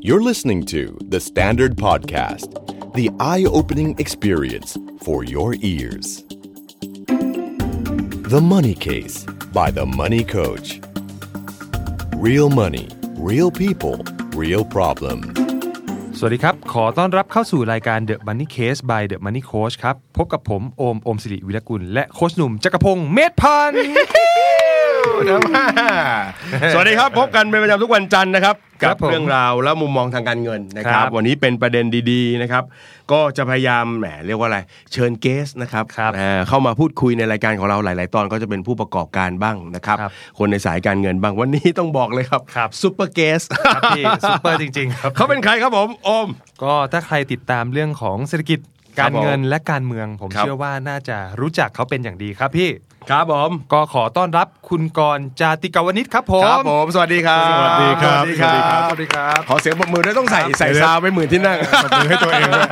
You're listening to The Standard Podcast, the eye-opening experience for your ears. The Money Case by The Money Coach. Real money, real people, real problem. สวัสดีครับขอต้อนรับเข้าสู่รายการ The Money Case by The Money Coach ครับพบกับผมโอมศิริวิรกุลและโค้ชหนุ่มจักรพงษ์เมธพันธ์สวัสดีครับพบกันเป็นประจำทุกวันจันทร์นะครับกับเรื่องราวและมุมมองทางการเงินนะครับวันนี้เป็นประเด็นดีๆนะครับก็จะพยายามเรียกว่าอะไรเชิญเกสนะครับเข้ามาพูดคุยในรายการของเราหลายๆตอนก็จะเป็นผู้ประกอบการบ้างนะครับคนในสายการเงินบ้างวันนี้ต้องบอกเลยครับซุปเปอร์เกสครับพี่ซุปเปอร์จริงๆครับเขาเป็นใครครับผมโอมก็ถ้าใครติดตามเรื่องของเศรษฐกิจการเงินและการเมืองผมเชื่อว่าน่าจะรู้จักเขาเป็นอย่างดีครับพี่ครับผมก็ขอต้อนรับคุณกรณ์จาติกาวนิชครับผมครับผมสวัสดีครับสวัสดีครับสวัสดีครับสวัสดีครับขอเสียงปรบมือด้วยต้องใส่ซาวไปหมื่นที่นั่งปรบมือให้ตัวเองด้วย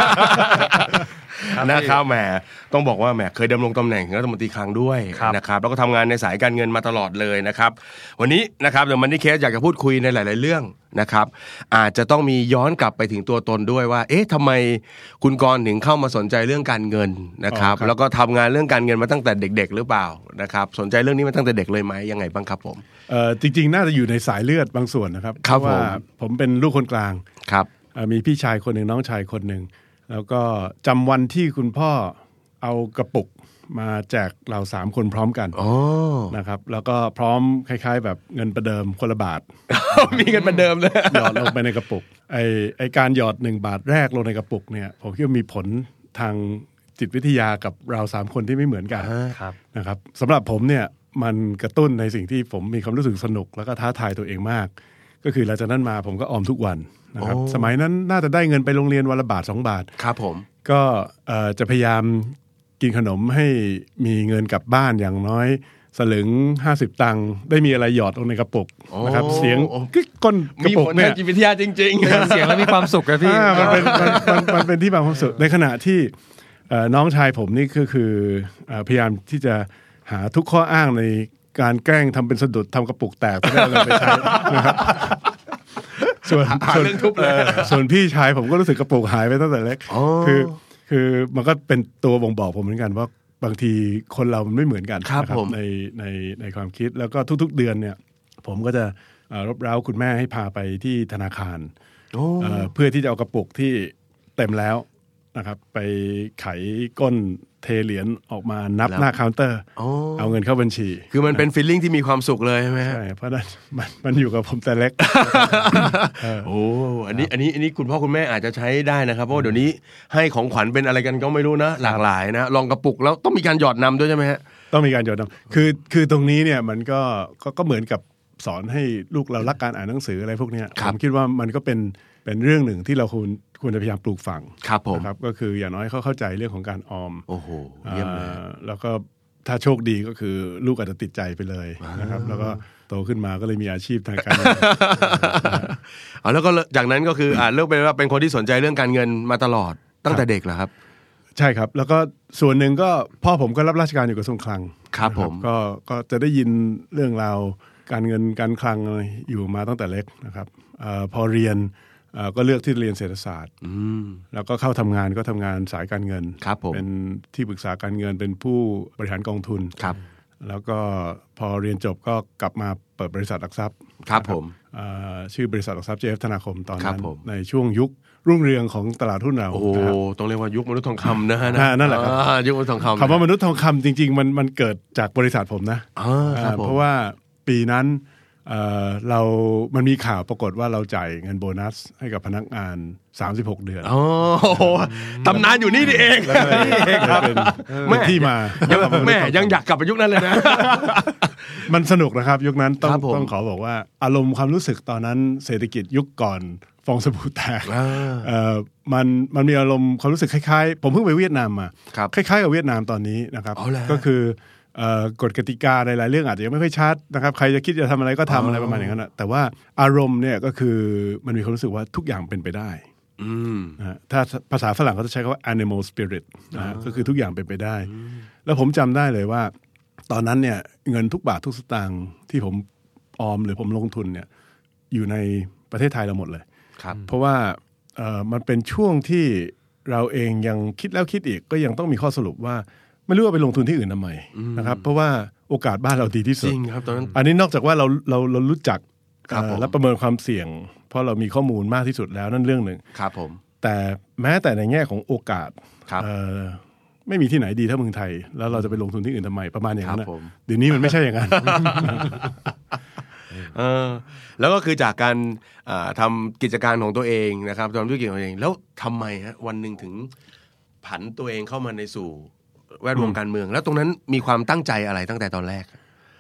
นะครับต้องบอกว่าเคยดำรงตำแหน่งรัฐมนตรีคลังด้วยนะครับแล้วก็ทำงานในสายการเงินมาตลอดเลยนะครับวันนี้นะครับเดี๋ยวมันนี่เคสอยากจะพูดคุยในหลายๆเรื่องนะครับอาจจะต้องมีย้อนกลับไปถึงตัวตนด้วยว่าทำไมคุณกรณ์ถึงเข้ามาสนใจเรื่องการเงินนะครับแล้วก็ทำงานเรื่องการเงินมาตั้งแต่เด็กๆหรือเปล่านะครับสนใจเรื่องนี้มาตั้งแต่เด็กเลยไหมยังไงบ้างครับผมจริงๆน่าจะอยู่ในสายเลือดบางส่วนนะครับเพราะว่าผมเป็นลูกคนกลางครับมีพี่ชายคนหนึ่งน้องชายคนหนึ่งแล้วก็จำวันที่คุณพ่อเอากระปุกมาแจกเรา3คนพร้อมกันนะครับแล้วก็พร้อมคล้ายๆแบบเงินประเดิมคนละบาทมีเงินประเดิมเลยหยอดลงไปในกระปุกไอการหยอด1 บาทแรกลงในกระปุกเนี่ยผมคิดว่ามีผลทางจิตวิทยากับเรา3คนที่ไม่เหมือนกันนะครับสำหรับผมเนี่ยมันกระตุ้นในสิ่งที่ผมมีความรู้สึกสนุกแล้วก็ท้าทายตัวเองมากก็คือหลังจากนั้นมาผมก็ออมทุกวันนะครับสมัยนั้นน่าจะได้เงินไปโรงเรียนวันละบาท2 บาทครับผมก็จะพยายามกินขนมให้มีเงินกลับบ้านอย่างน้อยสลึง50 ตังค์ได้มีอะไรหยอดลงในกระปุกนะครับเสียงก้นกระปุกเนี่ยมีผลทางจิตวิทยาจริงๆเสียงแล้วมีความสุขครับพี่มันเป็นที่ความสุขในขณะที่น้องชายผมนี่ก็คือพยายามที่จะหาทุกข้ออ้างในการแกล้งทำเป็นสะดุดทำกระปุกแตกเพื่อได้เอาไปใช้นะครับส่วนพี่ชายผมก็รู้สึกกระปุกหายไปตั้งแต่เล็กคือมันก็เป็นตัวบ่งบอกผมเหมือนกันว่าบางทีคนเรามันไม่เหมือนกันนะครับในความคิดแล้วก็ทุกๆเดือนเนี่ยผมก็จะรบเร้าคุณแม่ให้พาไปที่ธนาคารเพื่อที่จะเอากระปุกที่เต็มแล้วนะครับไปไขก้นเทเหรียญออกมานับหน้าเคาน์เตอร์เอาเงินเข้าบัญชีคือมันเป็นฟีลลิ่งที่มีความสุขเลยใช่ไหมใช่เพราะนั้นมันอยู่กับผมแต่เล็กอันนี้คุณพ่อคุณแม่อาจจะใช้ได้นะครับเพราะเดี๋ยวนี้ให้ของขวัญเป็นอะไรกันก็ไม่รู้นะหลากหลายนะลองกระปุกแล้วต้องมีการหยอดนำด้วยใช่ไหมฮะต้องมีการหยอดนำคือตรงนี้เนี่ยมันก็เหมือนกับสอนให้ลูกเรารักการอ่านหนังสืออะไรพวกนี้ผมคิดว่ามันก็เป็นเรื่องหนึ่งที่เราควรจะพยายามปลูกฝังนะครับก็คืออย่างน้อยเขาเข้าใจเรื่องของการออมโอ้โหเยี่ยมเลยแล้วก็ถ้าโชคดีก็คือลูกอาจจะติดใจไปเลยนะครับแล้วก็โตขึ้นมาก็เลยมีอาชีพทางการเงินแล้วก็จากนั้นก็คือเลือกเป็นว่าเป็นคนที่สนใจเรื่องการเงินมาตลอดตั้งแต่เด็กเหรอครับใช่ครับแล้วก็ส่วนหนึ่งก็พ่อผมก็รับราชการอยู่กระทรวงคลังครับผมก็จะได้ยินเรื่องราวการเงินการคลังอยู่มาตั้งแต่เล็กนะครับพอเรียนก็เลือกที่เรียนเศรษฐศาสตร์แล้วก็เข้าทำงานก็ทำงานสายการเงินเป็นที่ปรึกษาการเงินเป็นผู้บริหารกองทุนแล้วก็พอเรียนจบก็กลับมาเปิดบริษัทหลักทรัพย์ครับผมชื่อบริษัทหลักทรัพย์ JF ธนาคมตอนนั้นในช่วงยุครุ่งเรืองของตลาดหุ้นเราโอ้ต้องเรียกว่ายุคมนุษย์ทองคำนะฮะนั่นแหละครับยุคมนุษย์ทองคำคำว่ามนุษย์ทองคำจริงๆมันเกิดจากบริษัทผมนะเพราะว่าปีนั้นมันมีข่าวปรากฏว่าเราจ่ายเงินโบนัสให้กับพนักงาน36 เดือนโอ้โหตำนานอยู่นี่เองครับเป็นที่มาแม่ยังอยากกลับไปยุคนั้นเลยนะมันสนุกนะครับยุคนั้นต้องขอบอกว่าอารมณ์ความรู้สึกตอนนั้นเศรษฐกิจยุคก่อนฟองสบู่แตกมันมีอารมณ์ความรู้สึกคล้ายๆผมเพิ่งไปเวียดนามมาคล้ายๆกับเวียดนามตอนนี้นะครับก็คือกฎกติกาหลายๆเรื่องอาจจะยังไม่ค่อยชัดนะครับใครจะคิดจะทำอะไรก็ทำอะไรประมาณอย่างนั้นแต่ว่าอารมณ์เนี่ยก็คือมันมีความรู้สึกว่าทุกอย่างเป็นไปได้ถ้าภาษาฝรั่งเขาจะใช้คำว่า animal spirit ก็คือทุกอย่างเป็นไปได้แล้วผมจำได้เลยว่าตอนนั้นเนี่ยเงินทุกบาททุกสตางค์ที่ผมออมหรือผมลงทุนเนี่ยอยู่ในประเทศไทยเราหมดเลยครับเพราะว่ามันเป็นช่วงที่เราเองยังคิดแล้วคิดอีกก็ยังต้องมีข้อสรุปว่าไม่รู้ว่าไปลงทุนที่อื่นทำไมนะครับเพราะว่าโอกาสบ้านเราดีที่สุดจริงครับตอนนั้นอันนี้นอกจากว่าเรารู้จักและประเมินความเสี่ยงเพราะเรามีข้อมูลมากที่สุดแล้วนั่นเรื่องหนึ่งครับผมแต่แม้แต่ในแง่ของโอกาสไม่มีที่ไหนดีเท่าเมืองไทยแล้วเราจะไปลงทุนที่อื่นทำไมประมาณอย่างนั้นเดี๋ยวนี้มันไม่ใช่อย่างนั้นแล้วก็คือจากการทำกิจการของตัวเองนะครับทำธุรกิจของตัวเองแล้วทำไมฮะวันหนึ่งถึงผันตัวเองเข้ามาในสู่แวดวงการเมืองแล้วตรงนั้นมีความตั้งใจอะไรตั้งแต่ตอนแรก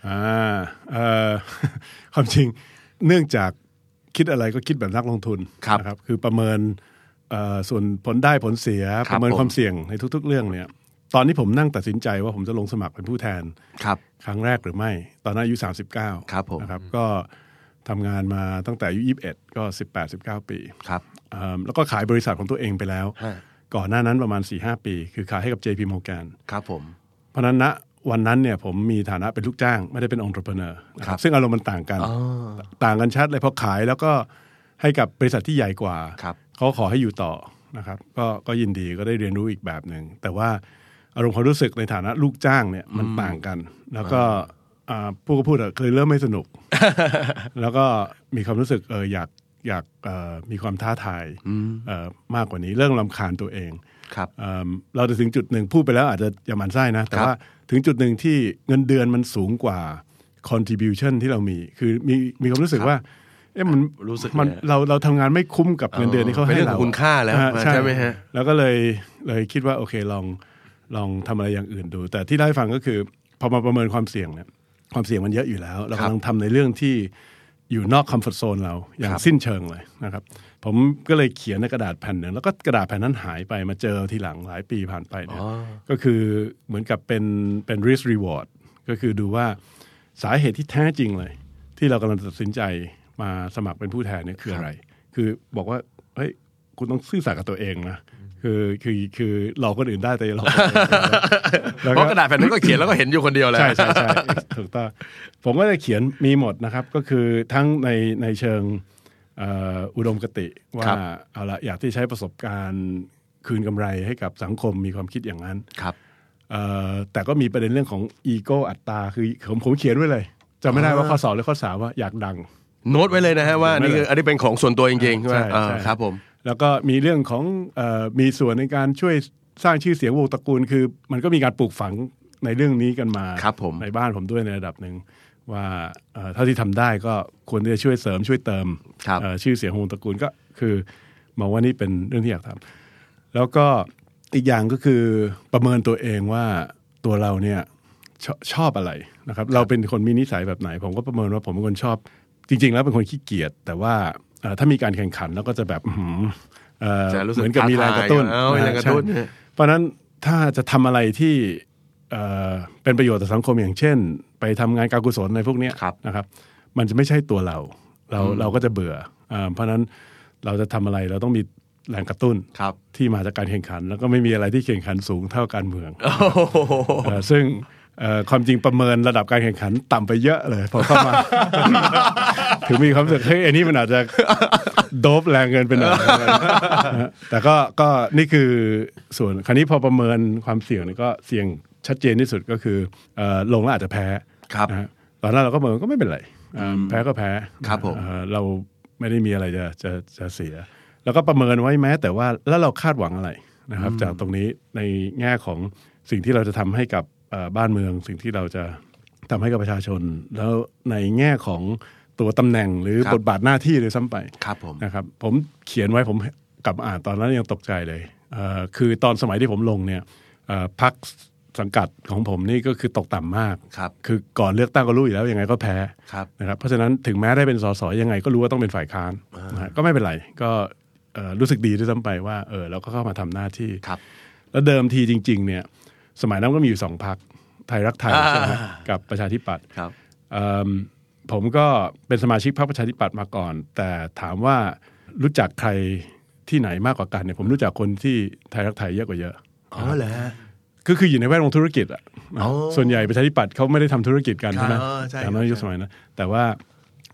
ความจริงเนื่องจากคิดอะไรก็คิดแบบนักลงทุนนะครับคือประเมินส่วนผลได้ผลเสียประเมินความเสี่ยงในทุกๆเรื่องเนี่ยตอนนี้ผมนั่งตัดสินใจว่าผมจะลงสมัครเป็นผู้แทนครั้งแรกหรือไม่ตอนนั้นอายุ39นะครับก็ทำงานมาตั้งแต่อายุ21ก็18-19 ปีแล้วก็ขายบริษัทของตัวเองไปแล้วก่อนหน้านั้นประมาณ 4-5 ปีคือขายให้กับ JP Morgan ครับผมเพราะนั้นณวันนั้นเนี่ยผมมีฐานะเป็นลูกจ้างไม่ได้เป็น entrepreneur นะครับซึ่งอารมณ์มันต่างกันชัดเลยพอขายแล้วก็ให้กับบริษัทที่ใหญ่กว่าเขาขอให้อยู่ต่อนะครับก็ยินดีก็ได้เรียนรู้อีกแบบหนึ่งแต่ว่าอารมณ์ความรู้สึกในฐานะลูกจ้างเนี่ยมันต่างกันแล้วก็ผู้ก็พูดเคยเริ่มไม่สนุก แล้วก็มีความรู้สึกอยากมีความท้าทายมากกว่านี้เรื่องรำคาญตัวเองเราจะถึงจุดหนึ่งพูดไปแล้วอาจจะอย่าหมั่นไส้นะแต่ว่าถึงจุดหนึ่งที่เงินเดือนมันสูงกว่า contribution ที่เรามีคือมีความรู้สึกว่ามันรู้สึกเราทำงานไม่คุ้มกับเงินเดือนที่เขาให้เราคุณค่าแล้วใช่ไหมฮะแล้วก็เลยคิดว่าโอเคลองทำอะไรอย่างอื่นดูแต่ที่ได้ฟังก็คือพอมาประเมินความเสี่ยงเนี่ยความเสี่ยงมันเยอะอยู่แล้วเรากำลังทำในเรื่องที่อยู่นอกคอมฟอร์ทโซนเราอย่างสิ้นเชิงเลยนะครับผมก็เลยเขียนในกระดาษแผ่นหนึ่งแล้วก็กระดาษแผ่นนั้นหายไปมาเจอทีหลังหลายปีผ่านไปเนี่ยก็คือเหมือนกับเป็น risk reward ก็คือดูว่าสาเหตุที่แท้จริงเลยที่เรากำลังตัดสินใจมาสมัครเป็นผู้แทนเนี่ยคืออะไรคือบอกว่าเฮ้ยคุณต้องซื่อสัตย์กับตัวเองนะคือหลอกคนอื่นได้แต่อย่าหลอกเพราะกระดาษแผ่นนั้นก็เขียนแล้วก็เห็นอยู่คนเดียวแล้วใช่ถูกต้องผมก็จะเขียนมีหมดนะครับก็คือทั้งในเชิงอุดมคติว่าเอาละอยากที่ใช้ประสบการณ์คืนกำไรให้กับสังคมมีความคิดอย่างนั้นแต่ก็มีประเด็นเรื่องของอีโก้อัตตาคือผมเขียนไว้เลยจำไม่ได้ว่าข้อ2หรือข้อ3ว่าอยากดังโน้ตไว้เลยนะฮะว่านี่คืออันนี้เป็นของส่วนตัวจริงๆใช่ไหมครับผมแล้วก็มีเรื่องของมีส่วนในการช่วยสร้างชื่อเสียงวงตระกูลคือมันก็มีการปลูกฝังในเรื่องนี้กันมาในบ้านผมด้วยในระดับหนึ่งว่าเท่าที่ทำได้ก็ควรจะช่วยเสริมช่วยเติมชื่อเสียงวงตระกูลก็คือมองว่านี่เป็นเรื่องที่อยากทำแล้วก็อีกอย่างก็คือประเมินตัวเองว่าตัวเราเนี่ยชอบอะไรนะครับเราเป็นคนมีนิสัยแบบไหนผมก็ประเมินว่าผมเป็นคนชอบจริงๆแล้วเป็นคนขี้เกียจแต่ว่าถ้ามีการแข่งขันแล้วก็จะแบบเหมือนกับมีแรงกระตุ้นเพราะนั้นถ้าจะทำอะไรที่เป็นประโยชน์ต่อสังคมอย่างเช่นไปทำงานการกุศลในพวกนี้นะครับมันจะไม่ใช่ตัวเราก็จะเบื่อเพราะนั้นเราจะทำอะไรเราต้องมีแรงกระตุ้นที่มาจากการแข่งขันแล้วก็ไม่มีอะไรที่แข่งขันสูงเท่าการเมืองซึ่งความจริงประเมินระดับการแข่งขันต่ำไปเยอะเลยพอเข้ามา ถึงมีความรู้สึกเฮ้ยอันนี้มันอาจจะโดบแรงเกินไปหน่อยแต่ก็นี่คือส่วนคราวนี้พอประเมินความเสี่ยงนี่ก็เสี่ยงชัดเจนที่สุดก็คือลงแล้วอาจจะแพ้ตอนนั้นเราก็ประเมินก็ไม่เป็นไรแพ้ก็แพ้เราไม่ได้มีอะไรจะเสียแล้วก็ประเมินไว้แม้แต่ว่าแล้วเราคาดหวังอะไรนะครับจากตรงนี้ในแง่ของสิ่งที่เราจะทำให้กับบ้านเมืองสิ่งที่เราจะทำให้กับประชาชนแล้วในแง่ของตัวตำแหน่งหรือบทบาทหน้าที่เลยซ้ำไปนะครับผมเขียนไว้ผมกลับอ่านตอนนั้นยังตกใจเลยคือตอนสมัยที่ผมลงเนี่ยพรรคสังกัดของผมนี่ก็คือตกต่ำมากคือก่อนเลือกตั้งก็รู้อยู่แล้วยังไงก็แพ้นะครับเพราะฉะนั้นถึงแม้ได้เป็นสสยังไงก็รู้ว่าต้องเป็นฝ่ายค้านก็ไม่เป็นไรก็รู้สึกดีด้วยซ้ำไปว่าเราก็เข้ามาทำหน้าที่แล้วเดิมทีจริงๆเนี่ยสมัยนั้นก็มีอยู่2พรรคไทยรักไทยใช่ไหมกับประชาธิปัตย์ผมก็เป็นสมาชิกพรรคประชาธิปัตย์มาก่อนแต่ถามว่ารู้จักใครที่ไหนมากกว่ากันเนี่ยผมรู้จักคนที่ไทยรักไทยเยอะกว่าเยอะเหรอคืออยู่ในแวดวงธุรกิจส่วนใหญ่ประชาธิปัตย์เขาไม่ได้ทำธุรกิจกันใช่ไหมแต่ในยุคสมัยนั้นแต่ว่า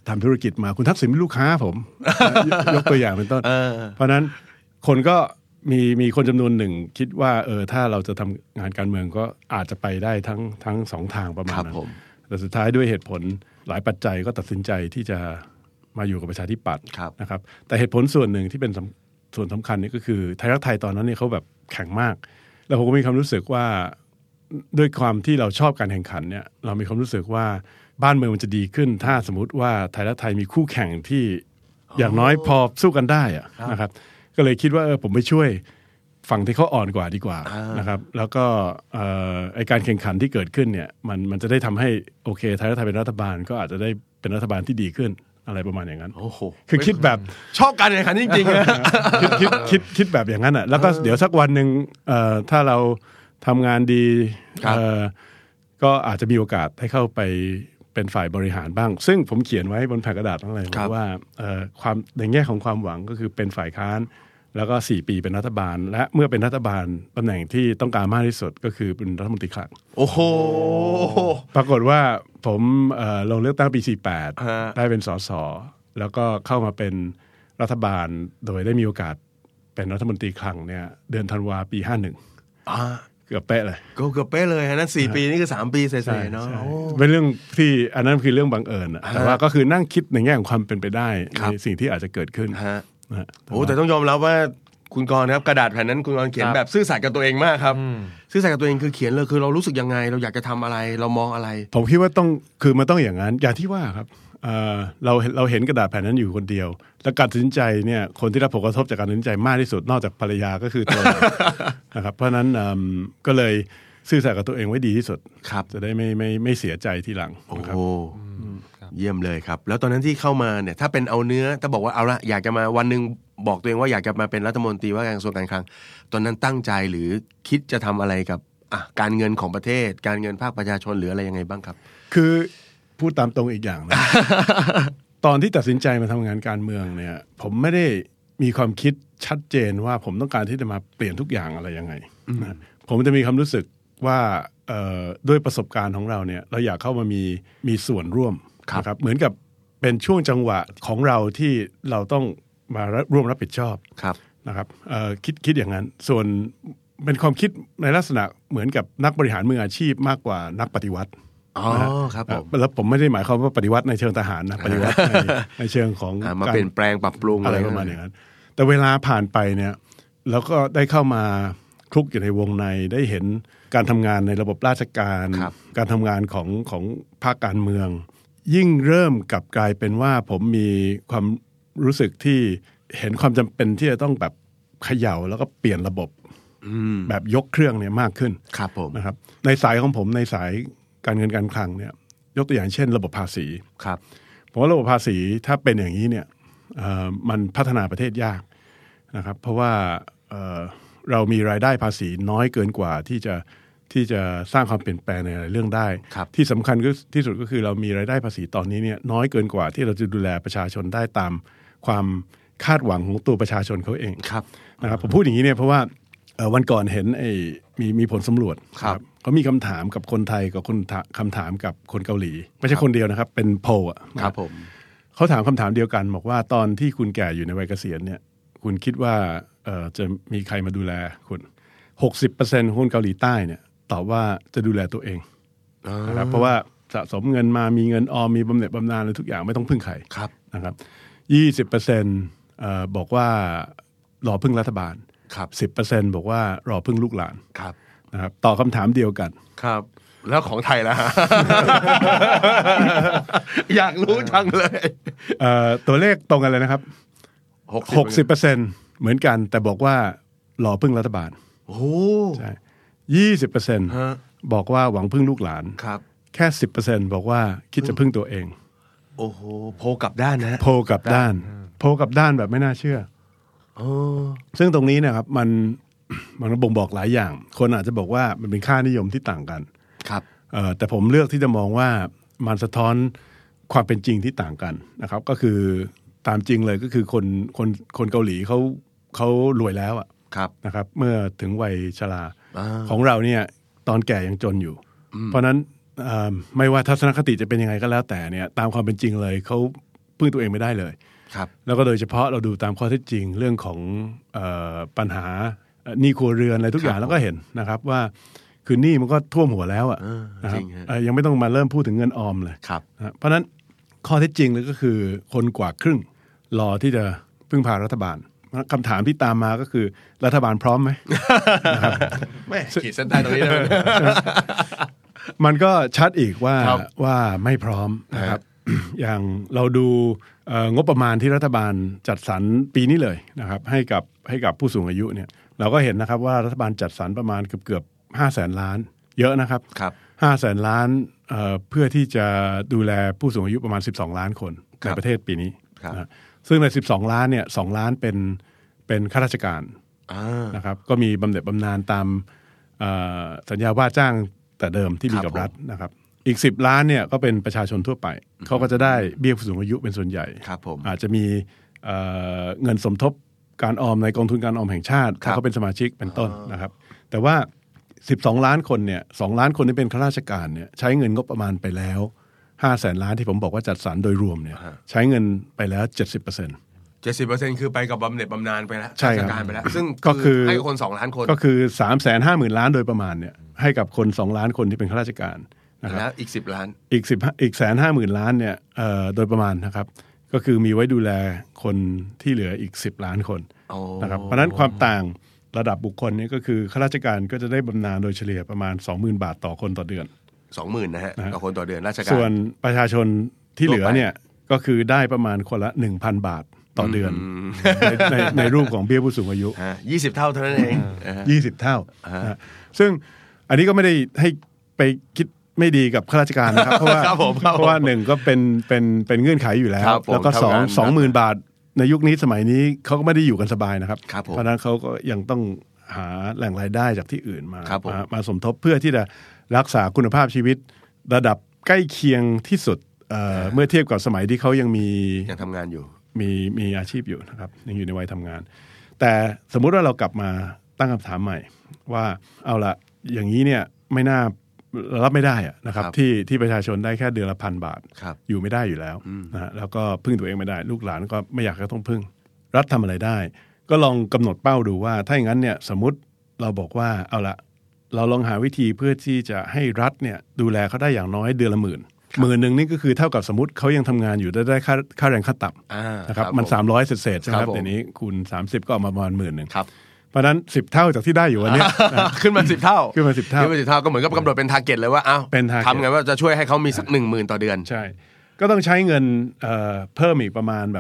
ทำธุรกิจมาคุณทักษิณเป็นลูกค้าผม ยกตัวอย่างเป็นต้นเพราะนั้นคนก็มีคนจำนวนหนึ่งคิดว่าถ้าเราจะทำงานการเมืองก็อาจจะไปได้ทั้งสองทางประมาณนั้นแต่สุดท้ายด้วยเหตุผลหลายปัจจัยก็ตัดสินใจที่จะมาอยู่กับประชาธิปัตย์นะครับแต่เหตุผลส่วนหนึ่งที่เป็นส่วนสำคัญนี่ก็คือไทยรักไทยตอนนั้นเนี่ยเขาแบบแข็งมากแล้วผมก็มีความรู้สึกว่าด้วยความที่เราชอบการแข่งขันเนี่ยเรามีความรู้สึกว่าบ้านเมืองมันจะดีขึ้นถ้าสมมติว่าไทยรักไทยมีคู่แข่งที่อย่างน้อยพอสู้กันได้นะครับก็เลยคิดว่าผมไปช่วยฝั่งที่เขาอ่อนกว่าดีกว่านะครับแล้วก็ไอการแข่งขันที่เกิดขึ้นเนี่ยมันจะได้ทำให้โอเคไทยรักไทยเป็นรัฐบาลก็อาจจะได้เป็นรัฐบาลที่ดีขึ้นอะไรประมาณอย่างนั้นคือคิดแบบชอบการแข่งขันจริงๆนะคิดแบบอย่างนั้นอ่ะแล้วก็เดี๋ยวสักวันหนึ่งถ้าเราทำงานดีก็อาจจะมีโอกาสให้เข้าไปเป็นฝ่ายบริหารบ้างซึ่งผมเขียนไว้บนแผ่นกระดาษทั้งหลายว่าความในแง่ของความหวังก็คือเป็นฝ่ายค้านแล้วก็4 ปีเป็นรัฐบาลและเมื่อเป็นรัฐบาลตำแหน่งที่ต้องการมากที่สุดก็คือเป็นรัฐมนตรีคลังโอ้โหปรากฏว่าผมลงเลือกตั้งปี48ได้เป็นสสแล้วก็เข้ามาเป็นรัฐบาลโดยได้มีโอกาสเป็นรัฐมนตรีคลังเนี่ยเดือนธันวาปี51เกือบเป๊ะเลยก็เกือบเป๊ะเลยฮะนั่น4 ปีนี่คือ3 ปีเศษๆเนาะเป็นเรื่องที่อันนั้นคือเรื่องบังเอิญแต่ว่าก็คือนั่งคิดในแง่ของความเป็นไปได้ในสิ่งที่อาจจะเกิดขึ้นโอ้แต่ต้องยอมรับว่าคุณกรณ์ครับกระดาษแผ่นนั้นคุณกรณ์เขียนแบบซื่อสัตย์กับตัวเองมากครับซื่อสัตย์กับตัวเองคือเขียนเลยคือเรารู้สึกยังไงเราอยากจะทำอะไรเรามองอะไรผมคิดว่าต้องคือมันต้องอย่างนั้นอย่างที่ว่าครับเราเห็นกระดาษแผ่นนั้นอยู่คนเดียวแล้วการตัดสินใจเนี่ยคนที่รับผลกระทบจากการตัดสินใจมากที่สุดนอกจากภรรยาก็คือตัวเรานะครับเพราะนั้นก็เลยซื่อสัตย์กับตัวเองไว้ดีที่สุดจะได้ไม่เสียใจทีหลังโอ้เยี่ยมเลยครับแล้วตอนนั้นที่เข้ามาเนี่ยถ้าเป็นเอาเนื้อถ้าบอกว่าเอาละอยากจะมาวันนึงบอกตัวเองว่าอยากจะมาเป็นรัฐมนตรีว่าการกระทรวงการคลังตอนนั้นตั้งใจหรือคิดจะทำอะไรกับการเงินของประเทศการเงินภาคประชาชนหรืออะไรยังไงบ้างครับคือพูดตามตรงอีกอย่างนะ ตอนที่ตัดสินใจมาทำงานการเมืองเนี่ยผมไม่ได้มีความคิดชัดเจนว่าผมต้องการที่จะมาเปลี่ยนทุกอย่างอะไรยังไงนะผมจะมีความรู้สึกว่าด้วยประสบการณ์ของเราเนี่ยเราอยากเข้ามามีส่วนร่วมนะครับเหมือนกับเป็นช่วงจังหวะของเราที่เราต้องมาร่วมรับผิดชอบนะครับคิดอย่างนั้นส่วนเป็นความคิดในลักษณะเหมือนกับนักบริหารมืออาชีพมากกว่านักปฏิวัติครับแล้วผมไม่ได้หมายความว่าปฏิวัติในเชิงทหารนะปฏิวัติในเชิงของมาเปลี่ยนแปลงปรับปรุงอะไรประมาณอย่างนั้นแต่เวลาผ่านไปเนี่ยเราก็ได้เข้ามาคลุกอยู่ในวงในได้เห็นการทำงานในระบบราชการการทำงานของภาคการเมืองยิ่งเริ่มกลับกลายเป็นว่าผมมีความรู้สึกที่เห็นความจำเป็นที่จะต้องแบบเขย่าแล้วก็เปลี่ยนระบบแบบยกเครื่องเนี่ยมากขึ้นครับผมนะครับในสายของผมในสายการเงินการคลังเนี่ยยกตัวอย่างเช่นระบบภาษีครับผมว่าระบบภาษีถ้าเป็นอย่างนี้เนี่ยมันพัฒนาประเทศยากนะครับเพราะว่าเรามีรายได้ภาษีน้อยเกินกว่าที่จะสร้างความเปลี่ยนแปลงในเรื่องได้ที่สำคัญที่สุดก็คือเรามีรายได้ภาษีตอนนี้เนี่ยน้อยเกินกว่าที่เราจะดูแลประชาชนได้ตามความคาดหวังของตัวประชาชนเขาเองนะครับผมพูดอย่างนี้เนี่ยเพราะว่าวันก่อนเห็นมีผลสำรวจเขามีคำถามกับคนไทยกับคำถามกับคนเกาหลีไม่ใช่คนเดียวนะครับเป็นโพลครับผมเขาถามคำถามเดียวกันบอกว่าตอนที่คุณแก่อยู่ในวัยเกษียณเนี่ยคุณคิดว่าจะมีใครมาดูแลคุณ 60% ของคนเกาหลีใต้เนี่ยตอบว่าจะดูแลตัวเองนะครับเพราะว่าสะสมเงินมามีเงินออมมีบำเหน็จบำนาญอะไรทุกอย่างไม่ต้องพึ่งใครนะครับ 20% บอกว่ารอพึ่งรัฐบาล 10% บอกว่ารอพึ่งลูกหลานนะครับตอบคำถามเดียวกันครับแล้วของไทยล่ะ อยากรู้จังเลยตัวเลขตรงกันเลยนะครับ 60% เหมือนกันแต่บอกว่ารอพึ่งรัฐบาลโอ้ใช่ 20% บอกว่าหวังพึ่งลูกหลานแค่ 10% บอกว่าคิดจะพึ่งตัวเองโอ้โหโพกลับด้านนะโพกลับด้านแบบไม่น่าเชื่อซึ่งตรงนี้นะครับมันบ่งบอกหลายอย่างคนอาจจะบอกว่ามันเป็นค่านิยมที่ต่างกันครับแต่ผมเลือกที่จะมองว่ามันสะท้อนความเป็นจริงที่ต่างกันนะครับก็คือตามจริงเลยก็คือคนเกาหลีเขารวยแล้วนะครับเมื่อถึงวัยชราของเราเนี่ยตอนแก่ยังจนอยู่เพราะนั้นไม่ว่าทัศนคติจะเป็นยังไงก็แล้วแต่เนี่ยตามความเป็นจริงเลยเขาพึ่งตัวเองไม่ได้เลยครับแล้วก็โดยเฉพาะเราดูตามข้อเท็จจริงเรื่องของปัญหาหนี้ครัวเรือนอะไรทุกอย่างแล้วก็เห็นนะครับว่าคือหนี้มันก็ท่วมหัวแล้วอ่ะนะครับยังไม่ต้องมาเริ่มพูดถึงเงินออมเลยเพราะนั้นข้อเท็จจริงเลยก็คือคนกว่าครึ่งรอที่จะพึ่งพารัฐบาลคำถามที่ตามมาก็คือรัฐบาลพร้อมไหมนะครับไม่ขีดเส้นใต้ตรงนี้เลยมันก็ชัดอีกว่าไม่พร้อมนะครับอย่างเราดูงบประมาณที่รัฐบาลจัดสรรปีนี้เลยนะครับให้กับผู้สูงอายุเนี่ยเราก็เห็นนะครับว่ารัฐบาลจัดสรรประมาณเกือบ500,000 ล้านเยอะนะครับ500,000 ล้านเพื่อที่จะดูแลผู้สูงอายุประมาณ12ล้านคนในประเทศปีนี้นะซึ่งใน12ล้านเนี่ย2ล้านเป็นข้าราชการนะครับก็มีบำเหน็จบำนาญตามสัญญาว่าจ้างแต่เดิมที่มีกับรัฐนะครับอีก10ล้านเนี่ยก็เป็นประชาชนทั่วไปเขาก็จะได้เบี้ยผู้สูงอายุเป็นส่วนใหญ่อาจจะมีเงินสมทบการออมในกองทุนการออมแห่งชาติถ้าเขาเป็นสมาชิกเป็นต้นนะครับแต่ว่า12ล้านคนเนี่ย2ล้านคนที่เป็นข้าราชการเนี่ยใช้เงินงบประมาณไปแล้ว500,000 ล้านที่ผมบอกว่าจัดสรรโดยรวมเนี่ยใช้เงินไปแล้ว 70% คือไปกับบำเหน็จบำนาญไปแล้วใช่การไปแล้วซึ่งก็คือให้คน2ล้านคนก็คือ 350,000 ล้านโดยประมาณเนี่ยให้กับคน2ล้านคนที่เป็นข้าราชการนะครับแล้วอีก10ล้านอีก 150,000 ล้านเนี่ยโดยประมาณนะครับก็คือมีไว้ดูแลคนที่เหลืออีก10ล้านคนนะครับเพราะนั้นความต่างระดับบุคคลนี้ก็คือข้าราชการก็จะได้บำนาญโดยเฉลี่ยประมาณ 20,000 บาทต่อคนต่อเดือน 20,000 นะฮะต่อคนต่อเดือนราชการส่วนประชาชนที่เหลือเนี่ยก็คือได้ประมาณคนละ 1,000 บาทต่อเดือนในรูปของเบี้ยผู้สูงอายุ 20 เท่าเท่านั้นเอง 20 เท่าซึ่งอันนี้ก็ไม่ได้ให้ไปคิดไม่ดีกับข้าราชการนะครับเพราะว่าหนึ่งก็เป็นเงื่อนไขอยู่แล้วแล้วก็20,000 บาทในยุคนี้สมัยนี้เขาก็ไม่ได้อยู่กันสบายนะครับเพราะฉะนั้นเขาก็ยังต้องหาแหล่งรายได้จากที่อื่นมาสมทบเพื่อที่จะรักษาคุณภาพชีวิตระดับใกล้เคียงที่สุดเมื่อเทียบกับสมัยที่เขายังทำงานอยู่มีอาชีพอยู่นะครับยังอยู่ในวัยทำงานแต่สมมุติว่าเรากลับมาตั้งคำถามใหม่ว่าเอาละอย่างนี้เนี่ยไม่น่ารับไม่ได้นะครับที่ประชาชนได้แค่เดือนละ1,000 บาทอยู่ไม่ได้อยู่แล้วนะแล้วก็พึ่งตัวเองไม่ได้ลูกหลานก็ไม่อยากจะต้องพึ่งรัฐทำอะไรได้ก็ลองกำหนดเป้าดูว่าถ้าอย่างนั้นเนี่ยสมมุติเราบอกว่าเอาละเราลองหาวิธีเพื่อที่จะให้รัฐเนี่ยดูแลเขาได้อย่างน้อยเดือนละ10,000นึงนี่ก็คือเท่ากับสมมติเขายังทำงานอยู่ได้ค่าแรงขั้นต่ำนะครับมัน300เศษใช่ไหมครับแต่นี้คูณ30ก็ออกมาประมาณ10,000เพราะนั้น10 เท่าจากที่ได้อยู่วันนี้ขึ้นมา10 เท่าขึ้นมา10 เท่าก็เหมือนกับกำหนดเป็นทาร์เก็ตเลยว่าทำไงว่าจะช่วยให้เขามีสัก 10,000 ต่อเดือนใช่ก็ต้องใช้เงินเพิ่มอีกประมาณแบบ